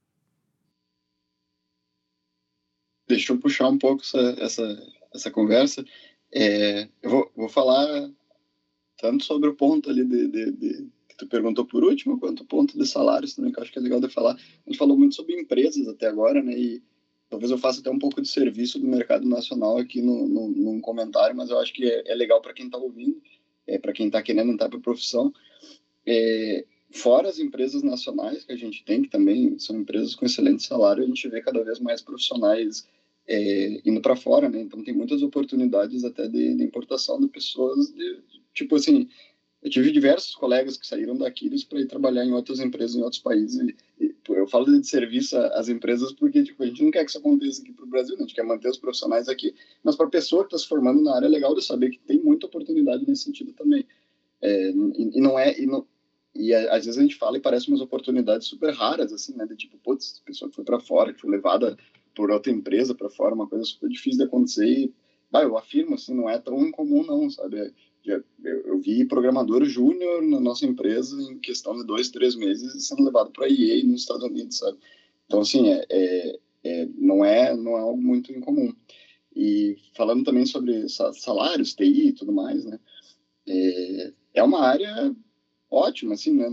S3: Deixa eu puxar um pouco essa, essa, essa conversa. É, eu vou, vou falar tanto sobre o ponto ali de, de, de, que tu perguntou por último, quanto o ponto de salários também, que eu acho que é legal de falar. A gente falou muito sobre empresas até agora, né? E talvez eu faça até um pouco de serviço do mercado nacional aqui no, no, num comentário, mas eu acho que é, é legal para quem está ouvindo, é, para quem está querendo entrar para a profissão. É, fora as empresas nacionais que a gente tem, que também são empresas com excelente salário, a gente vê cada vez mais profissionais é, indo para fora, né? Então tem muitas oportunidades até de, de importação de pessoas, de, de, tipo assim, eu tive diversos colegas que saíram da Aquiles para ir trabalhar em outras empresas em outros países. E, e, eu falo de serviço às empresas porque tipo, a gente não quer que isso aconteça aqui para o Brasil, né? A gente quer manter os profissionais aqui, mas para a pessoa que está se formando na área, é legal de saber que tem muita oportunidade nesse sentido também. É, e, e não é... E não, E às vezes a gente fala e parece umas oportunidades super raras, assim, né? De tipo, putz, pessoa que foi para fora, que foi levada por outra empresa para fora, uma coisa super difícil de acontecer. E, bah, eu afirmo, assim, não é tão incomum, não, sabe? Eu, eu vi programador júnior na nossa empresa em questão de dois, três meses sendo levado para E A nos Estados Unidos, sabe? Então, assim, é, é, é, não, é, não é algo muito incomum. E falando também sobre salários, T I e tudo mais, né? É, é uma área... ótimo, assim, né?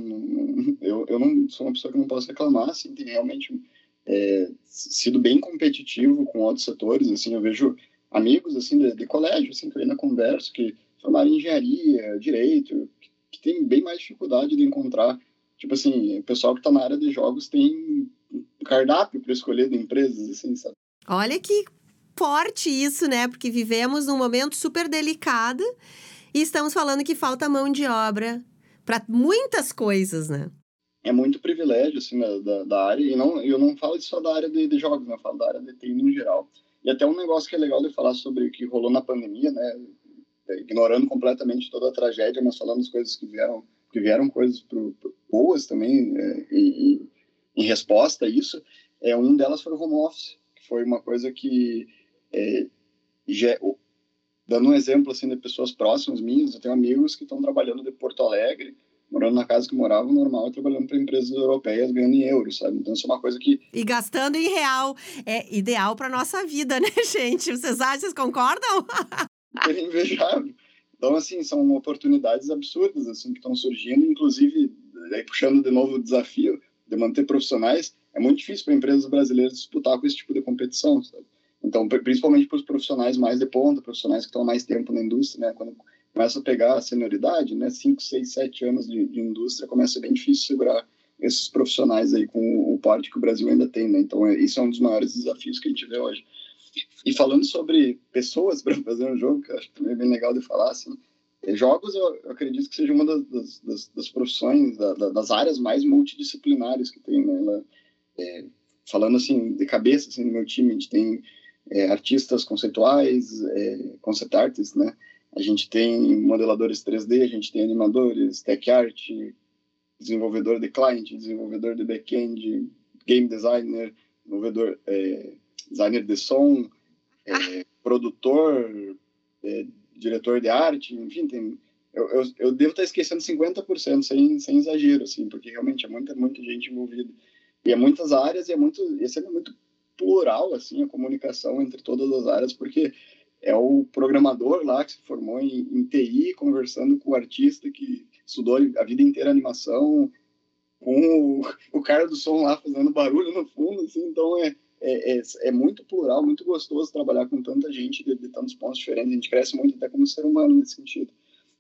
S3: Eu, eu não sou uma pessoa que não posso reclamar, assim, tem realmente é, sido bem competitivo com outros setores, assim, eu vejo amigos, assim, de, de colégio, assim, que eu ainda converso, que formaram em engenharia, direito, que, que tem bem mais dificuldade de encontrar, tipo assim, o pessoal que está na área de jogos tem um cardápio para escolher de empresas, assim, sabe?
S1: Olha que forte isso, né? Porque vivemos num momento super delicado e estamos falando que falta mão de obra para muitas coisas, né?
S3: É muito privilégio, assim, da, da, da área, e não, eu não falo só da área de, de jogos, né? Eu falo da área de T I no geral. E até um negócio que é legal de falar sobre o que rolou na pandemia, né? Ignorando completamente toda a tragédia, mas falando as coisas que vieram, que vieram coisas pro, pro, boas também, é, e, e em resposta a isso, é, um delas foi o home office, que foi uma coisa que, é, já, dando um exemplo, assim, de pessoas próximas minhas, eu tenho amigos que estão trabalhando de Porto Alegre, morando na casa que moravam normal, trabalhando para empresas europeias, ganhando em euros, sabe? Então, isso é uma coisa que...
S1: E gastando em real. É ideal para nossa vida, né, gente? Vocês acham, vocês concordam?
S3: É invejável. Então, assim, são oportunidades absurdas, assim, que estão surgindo, inclusive, aí puxando de novo o desafio de manter profissionais, é muito difícil para empresas brasileiras disputar com esse tipo de competição, sabe? Então, principalmente para os profissionais mais de ponta, profissionais que estão há mais tempo na indústria, né? Quando começa a pegar a senioridade, né? cinco, seis, sete anos de, de indústria, começa a ser bem difícil segurar esses profissionais aí com o porte que o Brasil ainda tem, né? Então, é, isso é um dos maiores desafios que a gente vê hoje. E falando sobre pessoas para fazer um jogo, que eu acho que também é bem legal de falar, assim, é, jogos eu, eu acredito que seja uma das, das, das profissões, da, das áreas mais multidisciplinares que tem, né? Ela, é, falando assim, de cabeça, assim, no meu time, a gente tem é, artistas conceituais, é, concept artists, né? A gente tem modeladores três D, a gente tem animadores, tech art, desenvolvedor de client, desenvolvedor de back-end, game designer, desenvolvedor, é, designer de som, é, produtor, é, diretor de arte, enfim, tem, eu, eu, eu devo estar esquecendo cinquenta por cento, sem, sem exagero, assim, porque realmente é muita, muita gente envolvida. E é muitas áreas, e é muito, e é muito plural, assim, a comunicação entre todas as áreas, porque é o programador lá que se formou em, em T I, conversando com o artista que estudou a vida inteira animação, com o, o cara do som lá fazendo barulho no fundo, assim, então é, é, é, é muito plural, muito gostoso trabalhar com tanta gente de, de tantos pontos diferentes, a gente cresce muito até como ser humano nesse sentido.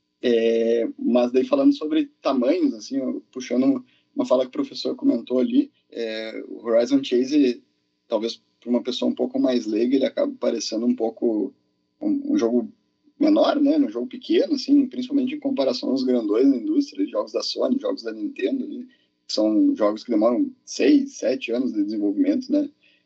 S3: É, mas daí falando sobre tamanhos, assim, puxando uma fala que o professor comentou ali, é, o Horizon Chase, talvez para uma pessoa um pouco mais leiga, ele acaba parecendo um pouco um, um jogo menor, né? Um jogo pequeno, assim, principalmente em comparação aos grandões da indústria, jogos da Sony, jogos da Nintendo, ali, que são jogos que demoram seis, sete anos de desenvolvimento, né?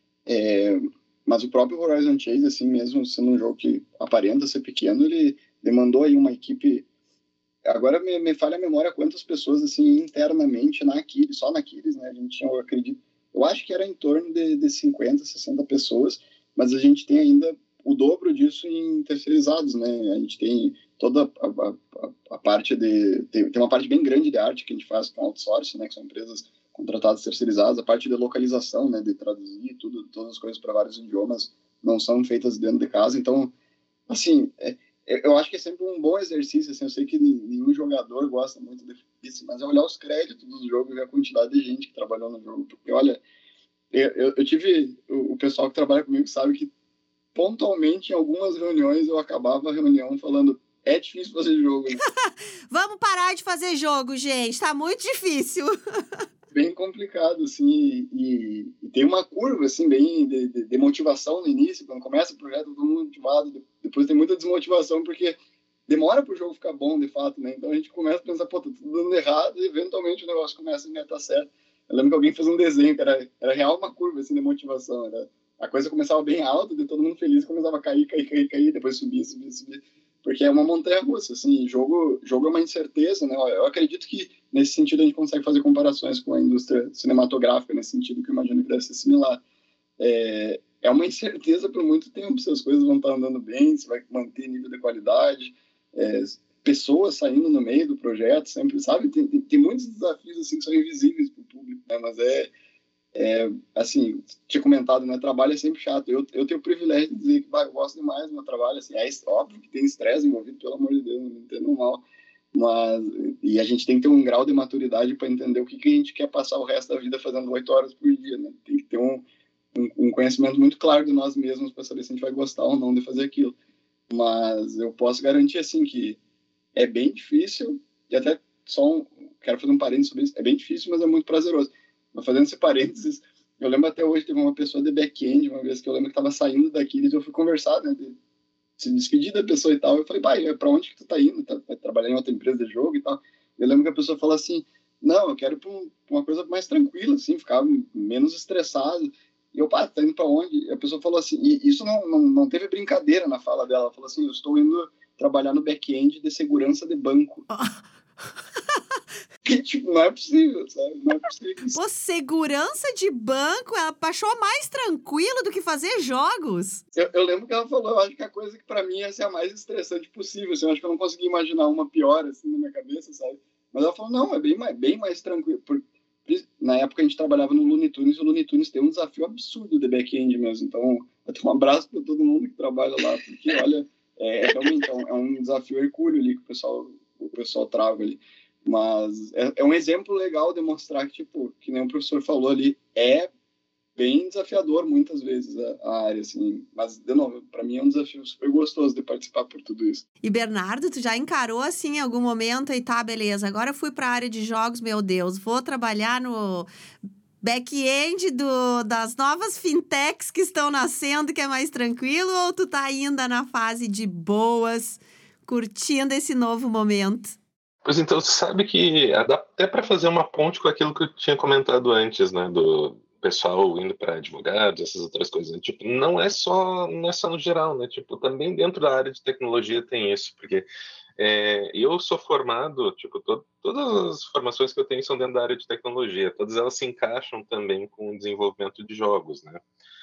S3: É, mas o próprio Horizon Chase, assim, mesmo sendo um jogo que aparenta ser pequeno, ele demandou aí uma equipe. Agora me, me falha a memória quantas pessoas, assim, internamente na Aquiles, só na Aquiles, né? A gente tinha, eu acredito, eu acho que era em torno de, de cinquenta, sessenta pessoas, mas a gente tem ainda o dobro disso em terceirizados, né? A gente tem toda a, a, a parte de... Tem, tem uma parte bem grande de arte que a gente faz com outsourcing, né? Que são empresas contratadas terceirizadas. A parte de localização, né? De traduzir tudo, todas as coisas para vários idiomas não são feitas dentro de casa. Então, assim, é, eu acho que é sempre um bom exercício. Assim, eu sei que nenhum jogador gosta muito disso, mas é olhar os créditos do jogo e ver a quantidade de gente que trabalhou no jogo. Porque, olha, eu, eu, eu tive... O, o pessoal que trabalha comigo sabe que pontualmente, em algumas reuniões, eu acabava a reunião falando: é difícil fazer jogo, né?
S1: Vamos parar de fazer jogo, gente. Tá muito difícil.
S3: Bem complicado, assim, e, e tem uma curva, assim, bem de, de, de motivação no início. Quando começa o projeto, todo mundo motivado. Depois tem muita desmotivação, porque demora para o jogo ficar bom, de fato, né? Então a gente começa a pensar: pô, tá tudo dando errado, e eventualmente o negócio começa a engatar certo. Eu lembro que alguém fez um desenho que era, era real uma curva, assim, de motivação. Era, a coisa começava bem alta, de todo mundo feliz, começava a cair, cair, cair, cair, depois subir, subir, subir. Porque é uma montanha-russa, assim, jogo, jogo é uma incerteza, né? Eu acredito que, nesse sentido, a gente consegue fazer comparações com a indústria cinematográfica, nesse sentido que eu imagino que deve ser similar. É, é uma incerteza por muito tempo se as coisas vão estar andando bem, se vai manter nível de qualidade, é, pessoas saindo no meio do projeto, sempre, sabe? Tem, tem, tem muitos desafios, assim, que são invisíveis para o público, né? Mas é... É, assim, tinha comentado, né, trabalho é sempre chato. Eu, eu tenho o privilégio de dizer que bah, eu gosto demais do meu trabalho. Assim, é óbvio que tem estresse envolvido, pelo amor de Deus, não entendo mal. Mas, e a gente tem que ter um grau de maturidade para entender o que, que a gente quer passar o resto da vida fazendo oito horas por dia, né? Tem que ter um, um, um conhecimento muito claro de nós mesmos para saber se a gente vai gostar ou não de fazer aquilo. Mas eu posso garantir, assim, que é bem difícil, e até só um, quero fazer um parênteses sobre isso, é bem difícil, mas é muito prazeroso. Mas fazendo esse parênteses, eu lembro até hoje, teve uma pessoa de back-end, uma vez que eu lembro que estava saindo daqueles, eu fui conversar, né, de se despedir da pessoa e tal. Eu falei: pai, para onde que tu tá indo? Tá, vai trabalhar em outra empresa de jogo e tal? Eu lembro que a pessoa falou assim: não, eu quero ir para um, uma coisa mais tranquila, assim, ficar menos estressado. E eu: pá, tá indo para onde? E a pessoa falou assim, e isso não, não, não teve brincadeira na fala dela, ela falou assim: eu estou indo trabalhar no back-end de segurança de banco. Que, tipo, não é possível, sabe? Não é possível.
S1: Pô, segurança de banco, ela achou mais tranquilo do que fazer jogos.
S3: Eu, eu lembro que ela falou: eu acho que a coisa que pra mim ia ser a mais estressante possível, assim, eu acho que eu não consegui imaginar uma pior, assim, na minha cabeça, sabe? Mas ela falou: não, é bem mais, bem mais tranquilo. Por, na época a gente trabalhava no Looney Tunes, e o Looney Tunes tem um desafio absurdo de back-end mesmo, então eu tenho um abraço pra todo mundo que trabalha lá, porque, olha, é, realmente é um, é um desafio hercúleo ali que o pessoal, o pessoal trava ali. Mas é, é um exemplo legal de mostrar que, tipo, que nem o professor falou ali, é bem desafiador muitas vezes a, a área, assim. Mas, de novo, para mim é um desafio super gostoso de participar por tudo isso.
S1: E, Bernardo, tu já encarou, assim, em algum momento e tá, beleza, agora eu fui para a área de jogos, meu Deus, vou trabalhar no back-end do, das novas fintechs que estão nascendo, que é mais tranquilo, ou tu tá ainda na fase de boas, curtindo esse novo momento?
S2: Pois então, você sabe que dá até para fazer uma ponte com aquilo que eu tinha comentado antes, né, do pessoal indo para advogados, essas outras coisas. Tipo, não é só, não é só no geral, né? Tipo, também dentro da área de tecnologia tem isso, porque é, eu sou formado, tipo, to, todas as formações que eu tenho são dentro da área de tecnologia, todas elas se encaixam também com o desenvolvimento de jogos, né?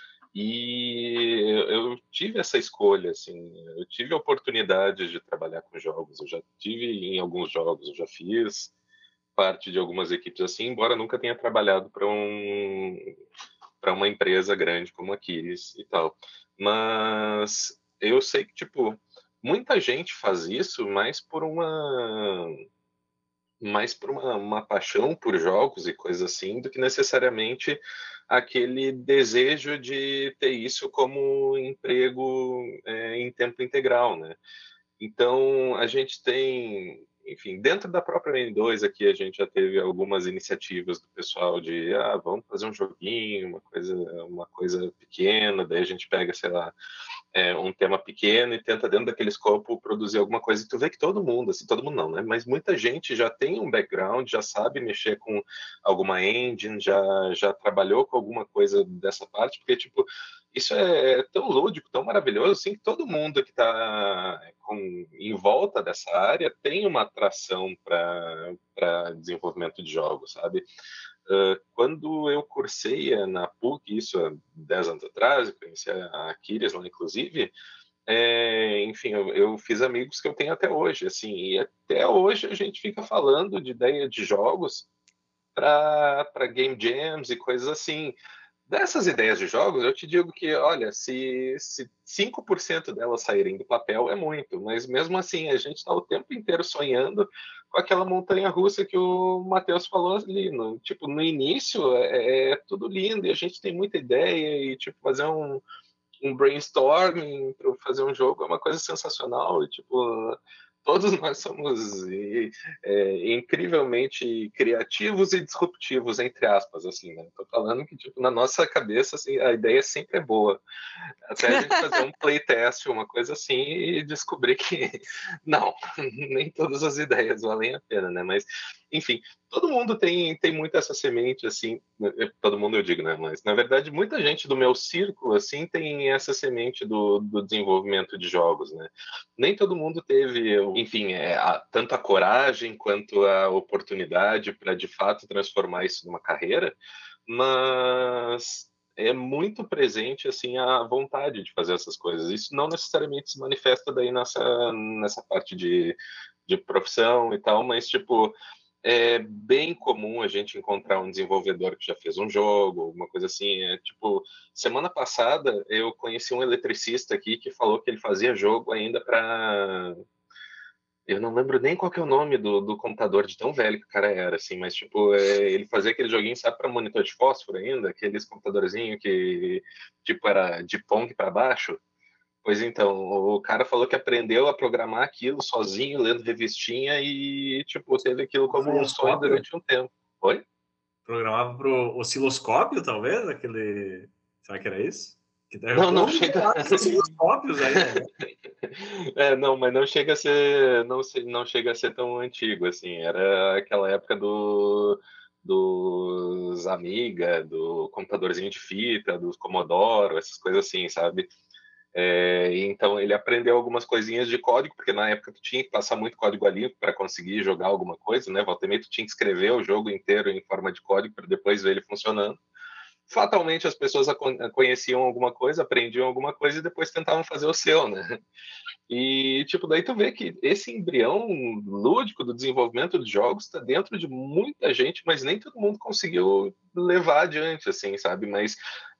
S2: E eu tive essa escolha, assim, eu tive a oportunidade de trabalhar com jogos, eu já tive em alguns jogos, eu já fiz parte de algumas equipes assim, embora nunca tenha trabalhado para um, para uma empresa grande como a Aquiles e tal. Mas eu sei que, tipo, muita gente faz isso mais por uma mais por uma, uma paixão por jogos e coisas assim, do que necessariamente aquele desejo de ter isso como emprego é, em tempo integral, né? Então, a gente tem enfim, dentro da própria N dois aqui a gente já teve algumas iniciativas do pessoal de, ah, vamos fazer um joguinho, uma coisa, uma coisa pequena, daí a gente pega, sei lá, é, um tema pequeno e tenta dentro daquele escopo produzir alguma coisa. E tu vê que todo mundo, assim, todo mundo não, né? Mas muita gente já tem um background, já sabe mexer com alguma engine, já, já trabalhou com alguma coisa dessa parte, porque, tipo, isso é tão lúdico, tão maravilhoso, assim, que todo mundo que está em volta dessa área tem uma atração para desenvolvimento de jogos, sabe? Uh, quando eu cursei na P U C, isso há dez anos atrás, eu conheci a Aquiles lá, inclusive, é, enfim, eu, eu fiz amigos que eu tenho até hoje, assim, e até hoje a gente fica falando de ideia de jogos para game jams e coisas assim. Dessas ideias de jogos, eu te digo que, olha, se, se cinco por cento delas saírem do papel é muito, mas mesmo assim a gente está o tempo inteiro sonhando com aquela montanha-russa que o Matheus falou ali. No, tipo, no início é, é tudo lindo e a gente tem muita ideia e, tipo, fazer um, um brainstorming para fazer um jogo é uma coisa sensacional e, tipo... Todos nós somos é, incrivelmente criativos e disruptivos, entre aspas, assim, né? Tô falando que, tipo, na nossa cabeça, assim, a ideia sempre é boa. Até a gente fazer um playtest, uma coisa assim, e descobrir que, não, nem todas as ideias valem a pena, né? Mas, enfim, todo mundo tem, tem muito essa semente, assim, todo mundo eu digo, né? Mas, na verdade, muita gente do meu círculo, assim, tem essa semente do, do desenvolvimento de jogos, né? Nem todo mundo teve, enfim, é, a, tanto a coragem quanto a oportunidade para, de fato, transformar isso numa carreira, mas é muito presente, assim, a vontade de fazer essas coisas. Isso não necessariamente se manifesta daí nessa, nessa parte de, de profissão e tal, mas, tipo, é bem comum a gente encontrar um desenvolvedor que já fez um jogo, alguma coisa assim. É, tipo, semana passada eu conheci um eletricista aqui que falou que ele fazia jogo ainda para... Eu não lembro nem qual que é o nome do, do computador, de tão velho que o cara era, assim, mas, tipo, é, ele fazia aquele joguinho, sabe, para monitor de fósforo ainda, aqueles computadorzinhos que, tipo, era de Pong para baixo. Pois então, o cara falou que aprendeu a programar aquilo sozinho, lendo revistinha e, tipo, teve aquilo como um sonho durante um tempo. Oi?
S4: Programava pro osciloscópio, talvez? Aquele... Será que era isso? Que
S2: não, não chega...
S4: osciloscópios aí, né?
S2: É, não, mas não chega a ser... Não, não chega a ser tão antigo, assim. Era aquela época do... dos Amiga, do computadorzinho de fita, dos Commodore, essas coisas assim, sabe? É, então ele aprendeu algumas coisinhas de código, porque na época tu tinha que passar muito código ali para conseguir jogar alguma coisa, né? Volta e meia tu tinha que escrever o jogo inteiro em forma de código para depois ver ele funcionando. Fatalmente as pessoas conheciam alguma coisa, aprendiam alguma coisa e depois tentavam fazer o seu, né? E, tipo, daí tu vê que esse embrião lúdico do desenvolvimento de jogos está dentro de muita gente, mas nem todo mundo conseguiu levar adiante, assim, sabe? Mas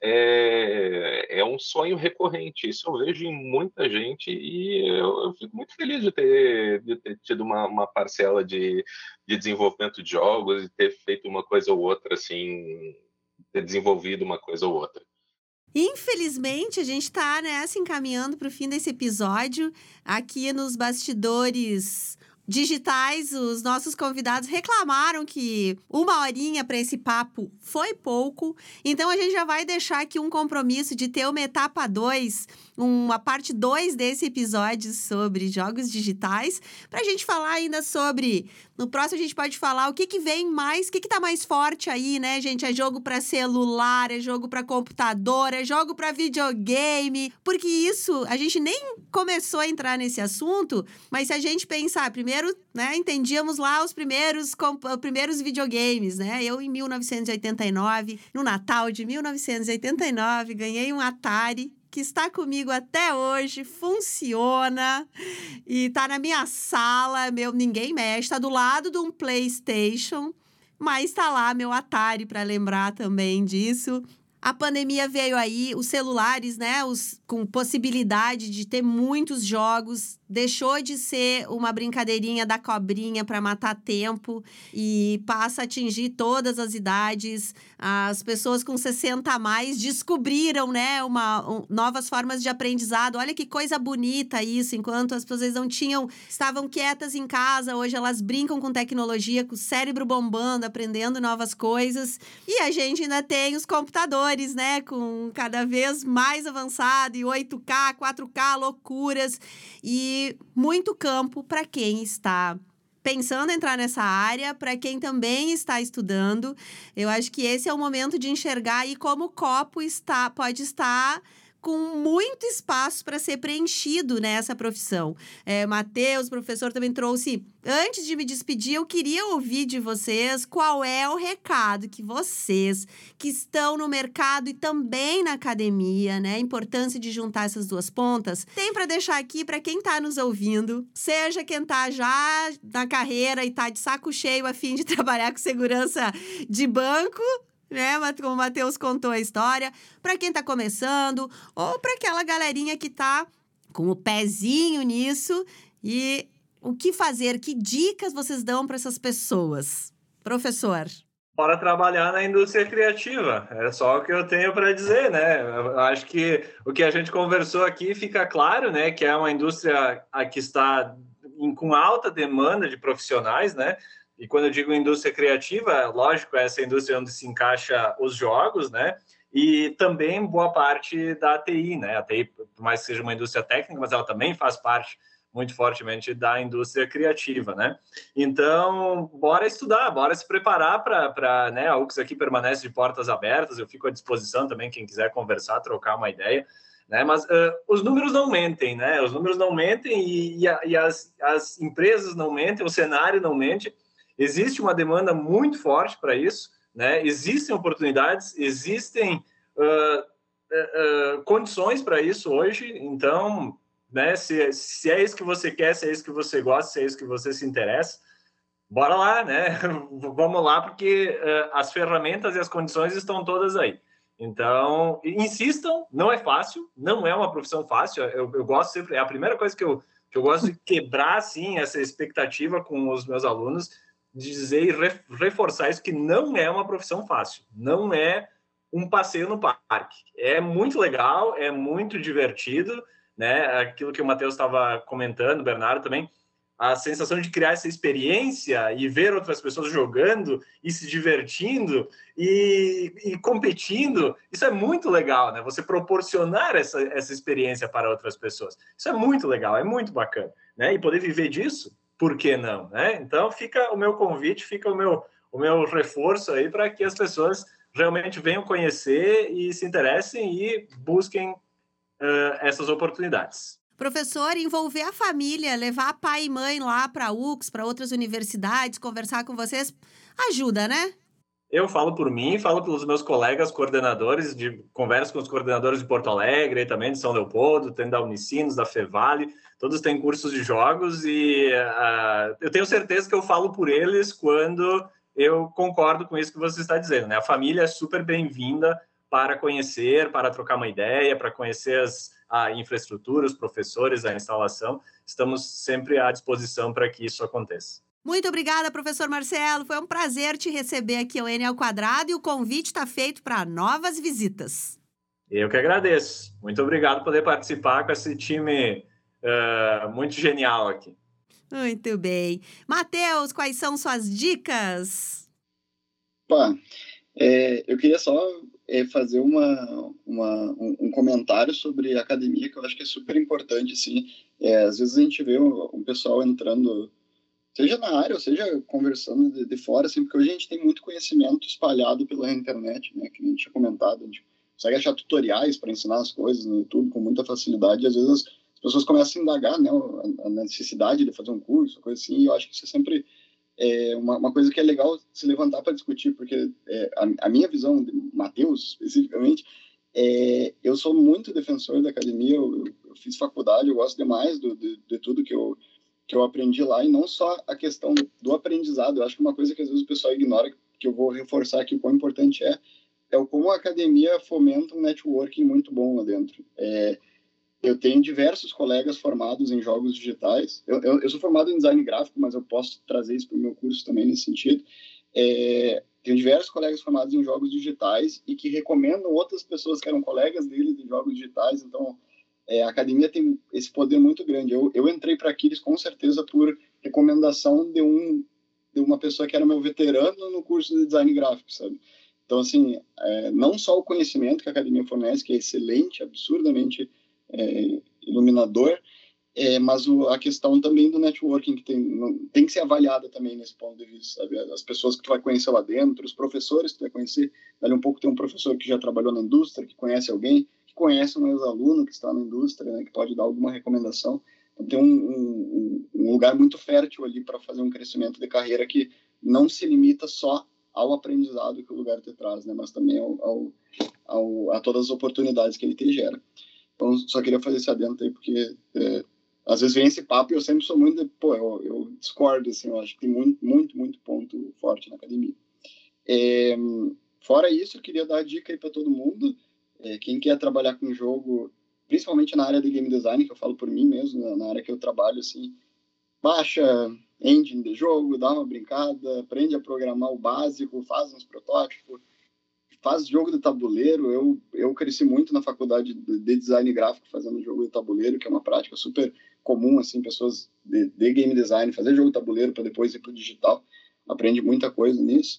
S2: é, é um sonho recorrente, isso eu vejo em muita gente e eu, eu fico muito feliz de ter, de ter tido uma, uma parcela de, de desenvolvimento de jogos e ter feito uma coisa ou outra, assim, ter desenvolvido uma coisa ou outra.
S1: Infelizmente, a gente está, né, se encaminhando para o fim desse episódio. Aqui nos bastidores digitais, os nossos convidados reclamaram que uma horinha para esse papo foi pouco. Então, a gente já vai deixar aqui um compromisso de ter uma etapa dois, uma parte dois desse episódio sobre jogos digitais, para a gente falar ainda sobre... No próximo a gente pode falar o que que vem mais, o que que tá mais forte aí, né, gente? É jogo para celular, é jogo para computador, é jogo para videogame, porque isso, a gente nem começou a entrar nesse assunto, mas se a gente pensar, primeiro, né, entendíamos lá os primeiros, os primeiros videogames, né? Eu, em mil novecentos e oitenta e nove, no Natal de mil novecentos e oitenta e nove, ganhei um Atari, que está comigo até hoje, funciona e tá na minha sala, meu, ninguém mexe, tá do lado de um PlayStation, mas tá lá meu Atari para lembrar também disso. A pandemia veio aí, os celulares, né, os, com possibilidade de ter muitos jogos deixou de ser uma brincadeirinha da cobrinha para matar tempo e passa a atingir todas as idades. As pessoas com sessenta a mais descobriram, né, uma, um, novas formas de aprendizado. Olha que coisa bonita isso, enquanto as pessoas não tinham, estavam quietas em casa, hoje elas brincam com tecnologia, com o cérebro bombando, aprendendo novas coisas. E a gente ainda tem os computadores, né, com cada vez mais avançado, e oito K, quatro K, loucuras, e muito campo para quem está pensando em entrar nessa área, para quem também está estudando. Eu acho que esse é o momento de enxergar aí como o copo está, pode estar com muito espaço para ser preenchido nessa profissão. É, Matheus, professor, também trouxe... Antes de me despedir, eu queria ouvir de vocês qual é o recado que vocês, que estão no mercado e também na academia, né? A importância de juntar essas duas pontas, tem para deixar aqui para quem está nos ouvindo, seja quem está já na carreira e está de saco cheio a fim de trabalhar com segurança de banco, né, como o Matheus contou a história, para quem está começando, ou para aquela galerinha que está com o pezinho nisso. E o que fazer, que dicas vocês dão para essas pessoas? Professor.
S4: Bora trabalhar na indústria criativa, é só o que eu tenho para dizer, né? Eu acho que o que a gente conversou aqui fica claro, né, que é uma indústria que está em, com alta demanda de profissionais, né? E quando eu digo indústria criativa, lógico, essa indústria onde se encaixa os jogos, né? E também boa parte da T I, né? A T I, por mais que seja uma indústria técnica, mas ela também faz parte muito fortemente da indústria criativa, né? Então, bora estudar, bora se preparar para, né? A U X aqui permanece de portas abertas, eu fico à disposição também, quem quiser conversar, trocar uma ideia, né? Mas uh, os números não mentem, né? Os números não mentem e, e, a, e as, as empresas não mentem, o cenário não mente. Existe uma demanda muito forte para isso, né? Existem oportunidades, existem uh, uh, uh, condições para isso hoje. Então, né, se, se é isso que você quer, se é isso que você gosta, se é isso que você se interessa, bora lá, né? Vamos lá, porque uh, as ferramentas e as condições estão todas aí. Então, insistam, não é fácil, não é uma profissão fácil. Eu, eu gosto sempre, é a primeira coisa que eu, que eu gosto de quebrar, assim, essa expectativa com os meus alunos, dizer e reforçar isso, que não é uma profissão fácil, não é um passeio no parque. É muito legal, é muito divertido, né? Aquilo que o Matheus estava comentando, o Bernardo também, a sensação de criar essa experiência e ver outras pessoas jogando e se divertindo e, e competindo, isso é muito legal, né? Você proporcionar essa, essa experiência para outras pessoas. Isso é muito legal, é muito bacana, né? E poder viver disso, por que não, né? Então, fica o meu convite, fica o meu, o meu reforço aí para que as pessoas realmente venham conhecer e se interessem e busquem uh, essas oportunidades.
S1: Professor, envolver a família, levar pai e mãe lá para a U X, para outras universidades, conversar com vocês, ajuda, né?
S4: Eu falo por mim, falo pelos meus colegas coordenadores, de, converso com os coordenadores de Porto Alegre, também de São Leopoldo, tem da Unicinos, da Fevale, todos têm cursos de jogos e uh, eu tenho certeza que eu falo por eles quando eu concordo com isso que você está dizendo, né? A família é super bem-vinda para conhecer, para trocar uma ideia, para conhecer as, a infraestrutura, os professores, a instalação. Estamos sempre à disposição para que isso aconteça.
S1: Muito obrigada, professor Marcelo. Foi um prazer te receber aqui ao N ao Quadrado e o convite está feito para novas visitas.
S4: Eu que agradeço. Muito obrigado por poder participar com esse time uh, muito genial aqui.
S1: Muito bem. Matheus, quais são suas dicas?
S3: Pá, é, eu queria só é, fazer uma, uma, um, um comentário sobre a academia, que eu acho que é super importante. Assim. É, às vezes a gente vê um, um pessoal entrando... seja na área, ou seja conversando de, de fora, assim, porque hoje a gente tem muito conhecimento espalhado pela internet, né, que a gente tinha comentado, a gente consegue achar tutoriais para ensinar as coisas no YouTube com muita facilidade, e às vezes as, as pessoas começam a indagar, né, a, a necessidade de fazer um curso, coisa assim, e eu acho que isso é sempre é, uma, uma coisa que é legal se levantar para discutir, porque é, a, a minha visão de Matheus, especificamente, é, eu sou muito defensor da academia, eu, eu, eu fiz faculdade, eu gosto demais do, de, de tudo que eu que eu aprendi lá, e não só a questão do aprendizado. Eu acho que uma coisa que às vezes o pessoal ignora, que eu vou reforçar aqui o quão importante é, é o como a academia fomenta um networking muito bom lá dentro. É, eu tenho diversos colegas formados em jogos digitais. Eu, eu, eu sou formado em design gráfico, mas eu posso trazer isso para o meu curso também nesse sentido. É, tenho diversos colegas formados em jogos digitais e que recomendam outras pessoas que eram colegas deles em jogos digitais. Então, é, a academia tem esse poder muito grande. Eu, eu entrei para Aquiles com certeza por recomendação de, um, de uma pessoa que era meu veterano no curso de design gráfico, sabe? Então, assim, é, não só o conhecimento que a academia fornece, que é excelente, absurdamente é, iluminador, é, mas o, a questão também do networking que tem, não, tem que ser avaliada também nesse ponto de vista, sabe? As pessoas que tu vai conhecer lá dentro, os professores que tu vai conhecer, dali um pouco tem um professor que já trabalhou na indústria, que conhece alguém, que conhece um ex-aluno que está na indústria, né, que pode dar alguma recomendação. Então tem um, um, um lugar muito fértil ali para fazer um crescimento de carreira que não se limita só ao aprendizado que o lugar te traz, né, mas também ao, ao, ao, a todas as oportunidades que ele te gera. Então, só queria fazer esse adendo aí, porque é, às vezes vem esse papo e eu sempre sou muito... De, pô, eu, eu discordo, assim, eu acho que tem muito, muito, muito ponto forte na academia. É, fora isso, eu queria dar a dica aí para todo mundo. É, quem quer trabalhar com jogo, principalmente na área de game design, que eu falo por mim mesmo, na, na área que eu trabalho, assim, baixa engine de jogo, dá uma brincada, aprende a programar o básico, faz uns protótipos, faz jogo de tabuleiro. Eu, eu cresci muito na faculdade de design gráfico fazendo jogo de tabuleiro, que é uma prática super comum, assim, pessoas de, de game design fazer jogo de tabuleiro para depois ir para o digital. Aprende muita coisa nisso.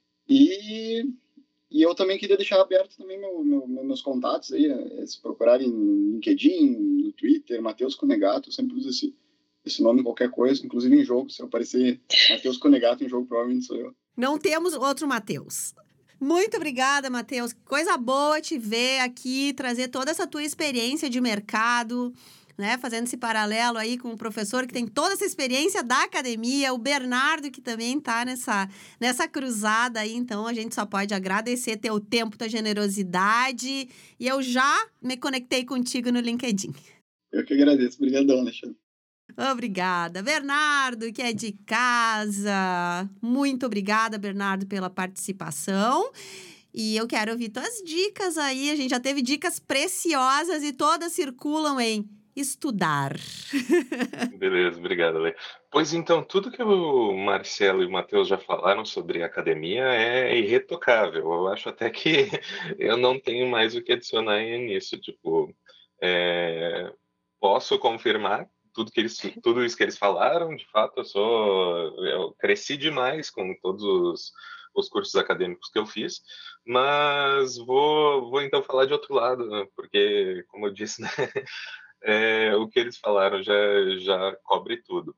S3: E, e eu também queria deixar aberto também meu, meu, meus contatos aí, se procurarem no LinkedIn, no Twitter, Matheus Conegato, eu sempre uso esse, esse nome em qualquer coisa, inclusive em jogo. Se eu aparecer Matheus Conegato em jogo, provavelmente sou eu.
S1: Não temos outro Matheus. Muito obrigada, Matheus. Coisa boa te ver aqui, trazer toda essa tua experiência de mercado, né? Fazendo esse paralelo aí com o professor que tem toda essa experiência da academia, o Bernardo, que também está nessa, nessa cruzada aí. Então, a gente só pode agradecer teu tempo, tua generosidade. E eu já me conectei contigo no LinkedIn.
S3: Eu que agradeço. Obrigadão, Alexandre.
S1: Obrigada. Bernardo, que é de casa. Muito obrigada, Bernardo, pela participação. E eu quero ouvir tuas dicas aí. A gente já teve dicas preciosas e todas circulam em estudar.
S2: Beleza, obrigado, Lê. Pois então, tudo que o Marcelo e o Matheus já falaram sobre academia é irretocável. Eu acho até que eu não tenho mais o que adicionar nisso. Tipo, é... posso confirmar tudo, que eles, tudo isso que eles falaram. De fato, eu sou, eu cresci demais com todos os, os cursos acadêmicos que eu fiz, mas vou, vou então falar de outro lado, né? Porque, como eu disse, né? É, o que eles falaram já, já cobre tudo.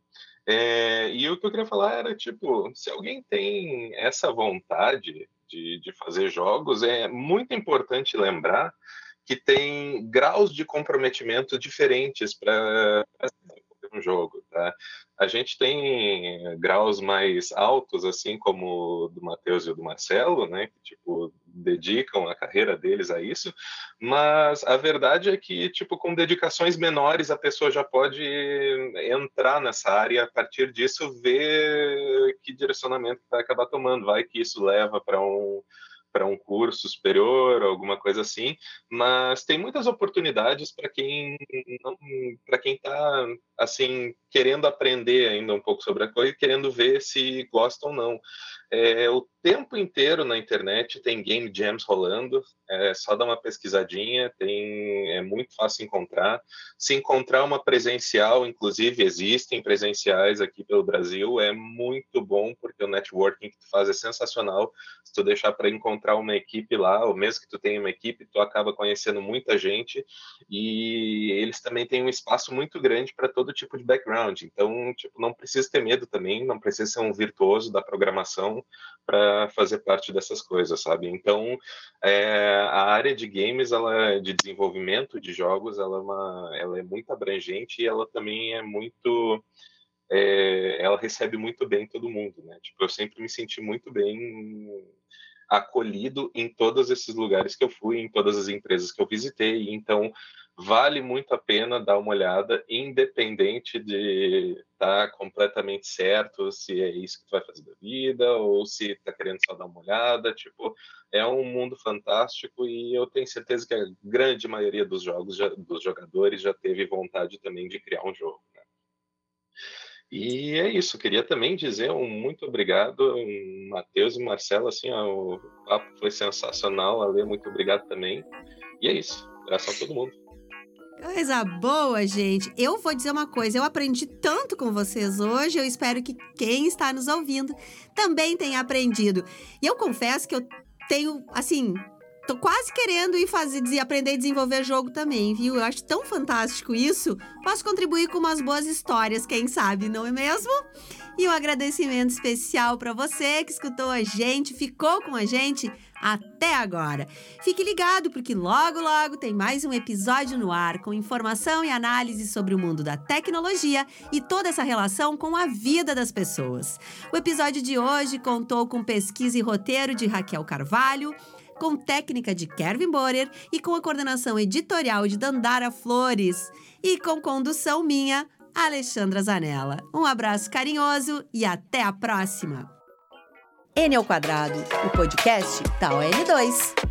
S2: É, e o que eu queria falar era, tipo, se alguém tem essa vontade de, de fazer jogos, é muito importante lembrar que tem graus de comprometimento diferentes para um jogo, tá? A gente tem graus mais altos, assim como o do Matheus e o do Marcelo, né, que, tipo, dedicam a carreira deles a isso, mas a verdade é que, tipo, com dedicações menores, a pessoa já pode entrar nessa área e, a partir disso, ver que direcionamento vai acabar tomando. Vai que isso leva para um para um curso superior, alguma coisa assim, mas tem muitas oportunidades para quem não, para quem está assim querendo aprender ainda um pouco sobre a coisa e querendo ver se gosta ou não. É, o tempo inteiro na internet tem game jams rolando, é só dar uma pesquisadinha, tem, é muito fácil encontrar. Se encontrar uma presencial, inclusive existem presenciais aqui pelo Brasil, é muito bom, porque o networking que tu faz é sensacional. Se tu deixar para encontrar uma equipe lá, ou mesmo que tu tenha uma equipe, tu acaba conhecendo muita gente, e eles também têm um espaço muito grande para todo tipo de background. Então, tipo, não precisa ter medo também, não precisa ser um virtuoso da programação para fazer parte dessas coisas, sabe? Então, é, a área de games, ela, de desenvolvimento de jogos, ela é, uma, ela é muito abrangente e ela também é muito... É, ela recebe muito bem todo mundo, né? Tipo, eu sempre me senti muito bem acolhido em todos esses lugares que eu fui, em todas as empresas que eu visitei. Então, vale muito a pena dar uma olhada, independente de estar tá completamente certo se é isso que tu vai fazer da vida ou se tá querendo só dar uma olhada. Tipo, é um mundo fantástico e eu tenho certeza que a grande maioria dos jogos, já, dos jogadores já teve vontade também de criar um jogo, né? E é isso, queria também dizer um muito obrigado, Matheus e Marcelo, assim, ó, o papo foi sensacional, Ale, muito obrigado também. E é isso, abraço a todo mundo.
S1: Coisa boa, gente. Eu vou dizer uma coisa, eu aprendi tanto com vocês hoje, eu espero que quem está nos ouvindo também tenha aprendido. E eu confesso que eu tenho, assim, tô quase querendo ir fazer, aprender a desenvolver jogo também, viu? Eu acho tão fantástico isso. Posso contribuir com umas boas histórias, quem sabe, não é mesmo? E um agradecimento especial para você que escutou a gente, ficou com a gente até agora. Fique ligado, porque logo, logo tem mais um episódio no ar com informação e análise sobre o mundo da tecnologia e toda essa relação com a vida das pessoas. O episódio de hoje contou com pesquisa e roteiro de Raquel Carvalho, com técnica de Kevin Borer e com a coordenação editorial de Dandara Flores e com condução minha, Alexandra Zanella. Um abraço carinhoso e até a próxima! N ao Quadrado, o podcast da O N dois.